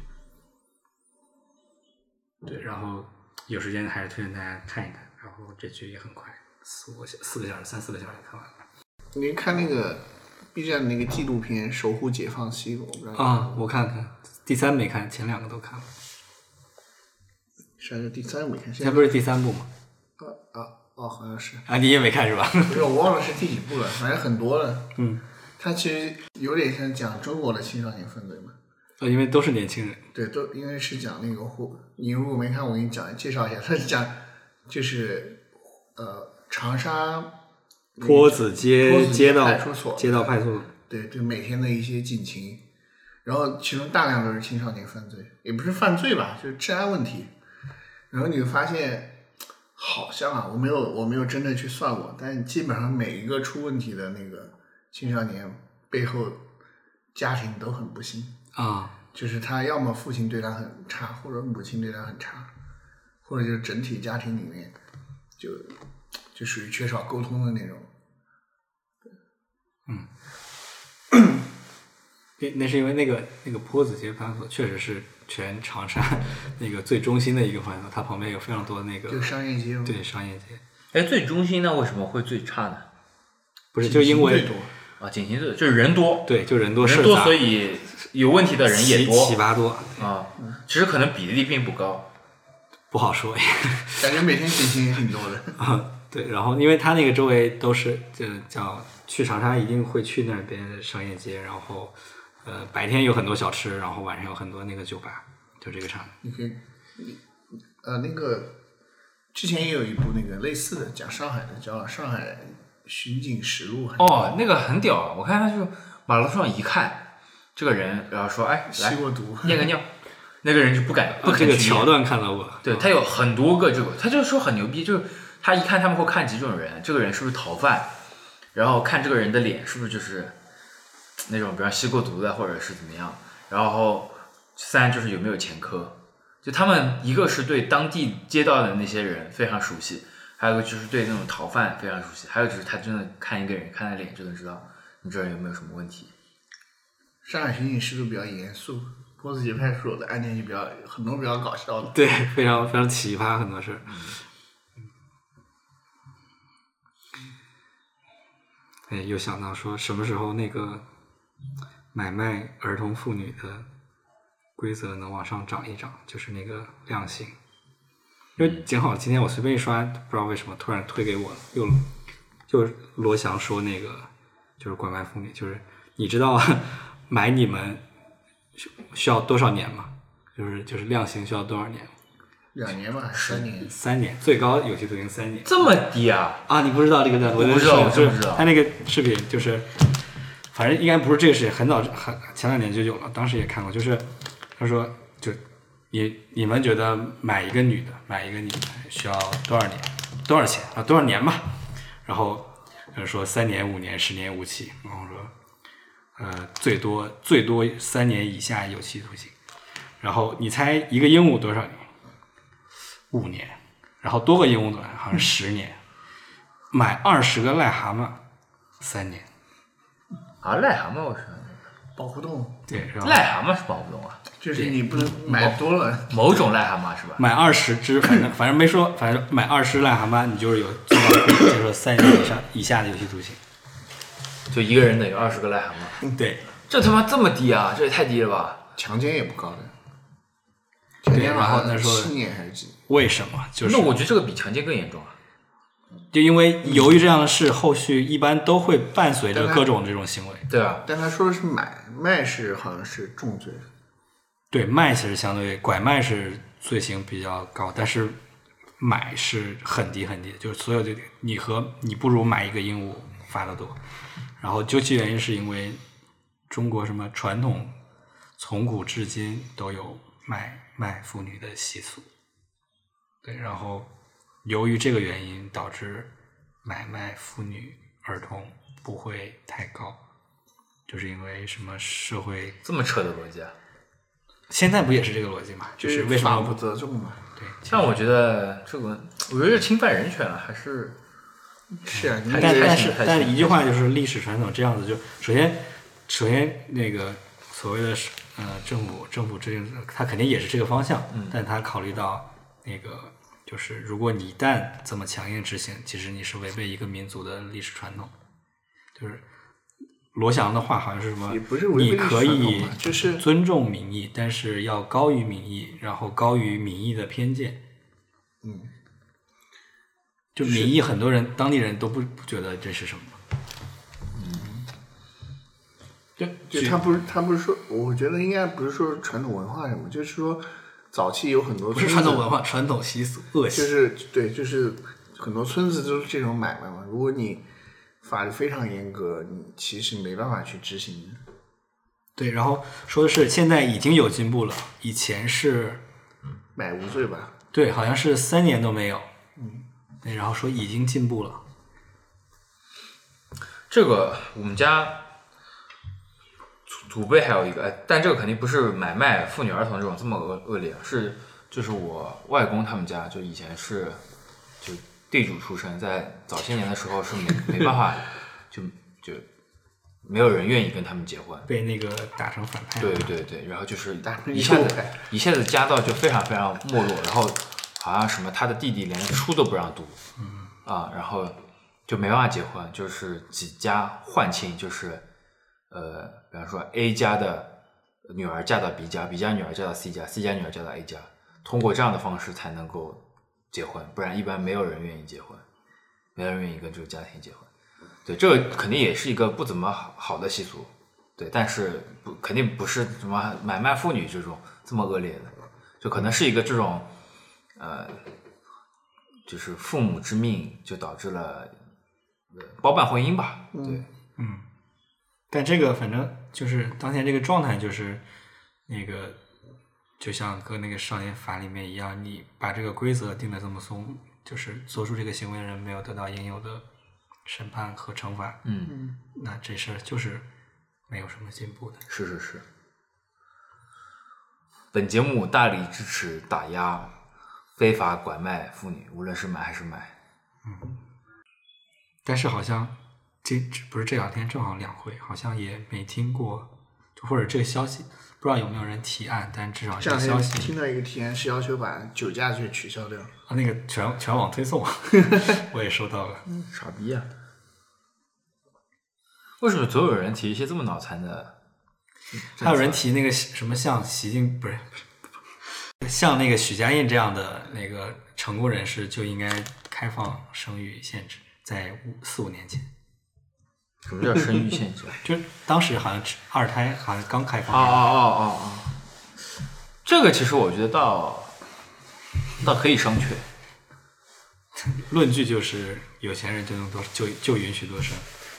对，然后有时间还是推荐大家看一看。然后这剧也很快，四五个小四个小时，三四个小时看完了。 你看那个 B 站那个纪录片《守护解放西》，我不知道啊，我看看，第三没看，前两个都看了。 是第三没看， 现在不是第三部吗？ 啊啊哦，好像是。 啊，你也没看是吧？ 不是，我忘了是第几部了，反正很多了。 嗯。 它其实有点像讲中国的青少年犯罪嘛。 呃，因为都是年轻人。 对，都因为是讲那个护，你如果没看，我给你讲介绍一下，它是讲就是呃长沙坡子街街道派出所街道派出所。 对对，每天的一些警情，然后其中大量都是青少年犯罪，也不是犯罪吧，就是治安问题。然后你会发现，好像啊，我没有我没有真的去算过，但基本上每一个出问题的那个青少年背后家庭都很不幸啊， 就是他要么父亲对他很差，或者母亲对他很差，或者就是整体家庭里面就就属于缺少沟通的那种。 嗯，那那是因为那个那个坡子街派出所确实是全长沙那个最中心的一个派出所，它旁边有非常多的那个就商业街。 对，商业街。 哎，最中心呢为什么会最差呢？ 不是，就因为多啊，警行最就是人多， 对，就人多人多，所以有问题的人也多， 七八多啊。其实可能比例并不高， 不好说。 感觉每天警行也挺多的啊。对，然后因为它那个周围都是就叫去长沙一定会去那边的商业街，然后呃白天有很多小吃，然后晚上有很多那个酒吧，就这个场。 你可以，呃，那个之前也有一部那个类似的讲上海的，叫《上海巡警实录》。 哦，那个很屌，我看他就马路上一看这个人，然后说哎来吸过毒验个尿，那个人就不敢不肯去验。 这个桥段看到过。 对，他有很多个这个，他就说很牛逼，就是他一看他们会看几种人，这个人是不是逃犯，然后看这个人的脸是不是就是那种比方吸过毒的或者是怎么样，然后三就是有没有前科，就他们一个是对当地街道的那些人非常熟悉，还有一个就是对那种逃犯非常熟悉，还有就是他真的看一个人看他脸就能知道你这人有没有什么问题。 上海巡警实录比较严肃，坡子街派出所的案件就比较很多比较搞笑的。 对，非常非常奇葩很多事。嗯哎，又想到说什么时候那个买卖儿童妇女的规则能往上涨一涨，就是那个量刑。因为正好今天我随便一刷，不知道为什么突然推给我了，又就罗翔说那个就是拐卖妇女，就是你知道买你们需要多少年吗？就是就是量刑需要多少年？ 两年吧，三年？ 三年，最高有期徒刑三年。 这么低啊？ 啊，你不知道这个的？ 我不知道，我真不知道。 他那个视频就是，反正应该不是这个事情，很早很前两年就有了，当时也看过。就是他说，就你你们觉得买一个女的，买一个女的需要多少年？多少钱啊？多少年吧？然后说三年、五年、十年无期，然后说呃最多最多三年以下有期徒刑。然后你猜一个鹦鹉多少年？五年。然后多个鹦鹉多少？好像十年。买二十个癞蛤蟆，三年。 啊，癞蛤蟆我是保护动物， 对，然后癞蛤蟆是保护动物啊， 就是你不能买多了。 某种癞蛤蟆是吧？ 买二十只，反正反正没说，反正买二十癞蛤蟆，你就是有最高就是说三年以上以下的有期徒刑。 就一个人等于二十个癞蛤蟆。 对， 这他妈这么低啊！这也太低了吧！ 强奸也不高的， 对，然后他说七年还是几年？ 为什么？就是那我觉得这个比强奸更严重啊！ 就因为由于这样的事，后续一般都会伴随着各种这种行为。 对啊， 但他说的是买卖是好像是重罪。 对，卖其实相对拐卖是罪行比较高，但是买是很低很低，就是所有的你和你不如买一个鹦鹉罚得多。然后究其原因是因为中国什么传统从古至今都有买卖妇女的习俗，对，然后由于这个原因导致买卖妇女儿童不会太高，就是因为什么社会这么扯的逻辑啊！ 现在不也是这个逻辑吗？就是为什么法不责众嘛？ 对， 但我觉得这个，我觉得这侵犯人权了，还是是啊，你太但但是太轻太轻但一句话就是历史传统这样子，就首先首先那个所谓的呃政府政府制定，它肯定也是这个方向， 嗯但它考虑到那个就是如果你一旦这么强硬执行，其实你是违背一个民族的历史传统。就是罗翔的话好像是什么也不是违背你可以历史传统吧就是尊重民意，但是要高于民意，然后高于民意的偏见。 嗯， 就民意很多人当地人都不不觉得这是什么。 就就他不是他不是说，我觉得应该不是说传统文化什么，就是说早期有很多不是传统文化，传统习俗恶习。 就是对，就是很多村子都是这种买卖嘛。如果你法律非常严格，你其实没办法去执行的。 对，然后说的是现在已经有进步了，以前是买无罪吧？ 对，好像是三年都没有。嗯，对，然后说已经进步了。 这个我们家祖祖辈还有一个，哎，但这个肯定不是买卖妇女儿童这种这么恶恶劣，是就是我外公他们家就以前是就地主出身，在早些年的时候是没没办法就就没有人愿意跟他们结婚， 被那个打成反派。 对对对，然后就是打成一下子右派一下子家道就非常非常没落，然后好像什么他的弟弟连书都不让读，嗯啊，然后就没办法结婚，就是几家换亲，就是呃，比方说 A 家的女儿嫁到 B 家 ，B 家女儿嫁到 C 家 ，C 家女儿嫁到 A 家，通过这样的方式才能够结婚，不然一般没有人愿意结婚，没有人愿意跟这个家庭结婚。对，这个肯定也是一个不怎么好好的习俗，对，但是不肯定不是什么买卖妇女这种这么恶劣的，就可能是一个这种呃，就是父母之命就导致了呃包办婚姻吧，对， 嗯，但这个反正就是当前这个状态，就是那个就像跟那个少年法里面一样，你把这个规则定得这么松，就是做出这个行为的人没有得到应有的审判和惩罚， 嗯， 那这事儿就是没有什么进步的。 是是是。本节目大力支持打压非法拐卖妇女，无论是买还是卖。 但是好像这这不是这两天正好两会，好像也没听过，就或者这个消息不知道有没有人提案，但至少这两这个消息天听到一个提案是要求把酒驾去取消掉。 啊，那个全全网推送，我也收到了。 傻逼啊！为什么总有人提一些这么脑残的？ 还有人提那个什么像习近不是像那个许家印这样的那个成功人士就应该开放生育限制，在五四五年前， 什么叫生育限制？ 就当时好像二胎好像刚开放。 哦哦哦哦哦，这个其实我觉得倒倒可以商榷。 论据就是有钱人就能多就就允许多生。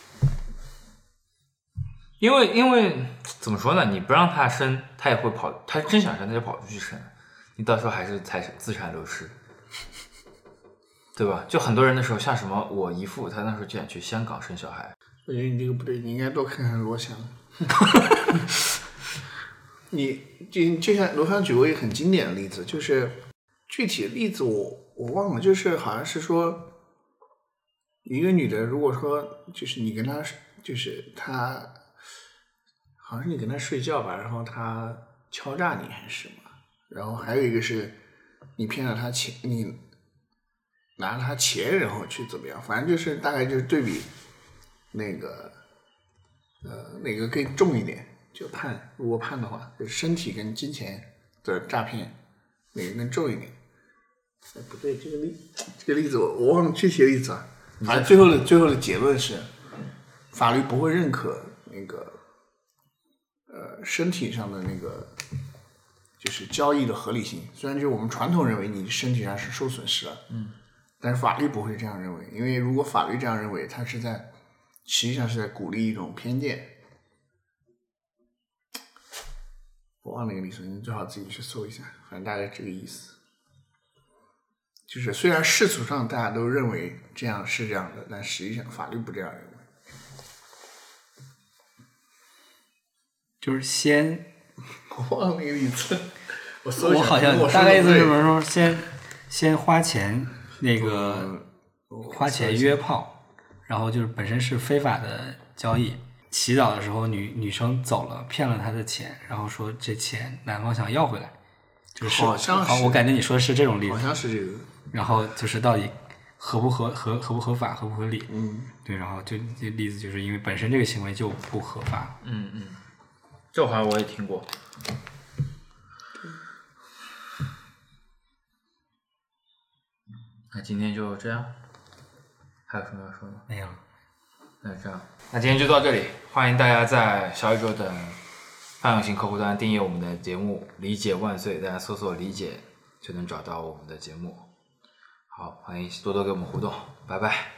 因为因为怎么说呢？你不让他生，他也会跑，他真想生他就跑出去生，你到时候还是财产资产流失。 对吧？就很多人的时候，像什么我姨父，他那时候就想去香港生小孩。 我觉得你这个不对，你应该多看看罗翔。你就就像罗翔举过一个很经典的例子，就是具体的例子我我忘了，就是好像是说一个女的，如果说就是你跟她就是她，好像是你跟她睡觉吧，然后她敲诈你还是什么，然后还有一个是你骗了她钱，你拿了她钱然后去怎么样，反正就是大概就是对比那个呃哪个更重一点。就判，如果判的话，就是身体跟金钱的诈骗，哪个更重一点？哎，不对，这个例这个例子我我忘了具体的例子啊。反正最后的最后的结论是，法律不会认可那个呃身体上的那个就是交易的合理性。虽然就是我们传统认为你身体上是受损失了，嗯，但是法律不会这样认为，因为如果法律这样认为，它是在实际上是在鼓励一种偏见。我忘了那个例子，你最好自己去搜一下，反正大概这个意思。就是虽然世俗上大家都认为这样是这样的，但实际上法律不这样认为。 就是先， 我忘了那个例子，我搜一下。 我好像大概意思是什么说，先先花钱那个、嗯、花钱约炮，然后就是本身是非法的交易。洗澡的时候女女生走了，骗了他的钱，然后说这钱男方想要回来，就是好像是， 好，我感觉你说的是这种例子， 好像是这个。 然后就是到底合不合合合不合法，合不合理？ 嗯， 对，然后就这例子就是因为本身这个行为就不合法。 嗯嗯，这好像我也听过。那今天就这样，还有什么要说的吗？ 没有。 那这样，那今天就到这里。欢迎大家在小宇宙的泛用型客户端订阅我们的节目《理解万岁》，大家搜索“理解”就能找到我们的节目。好，欢迎多多跟我们互动，拜拜。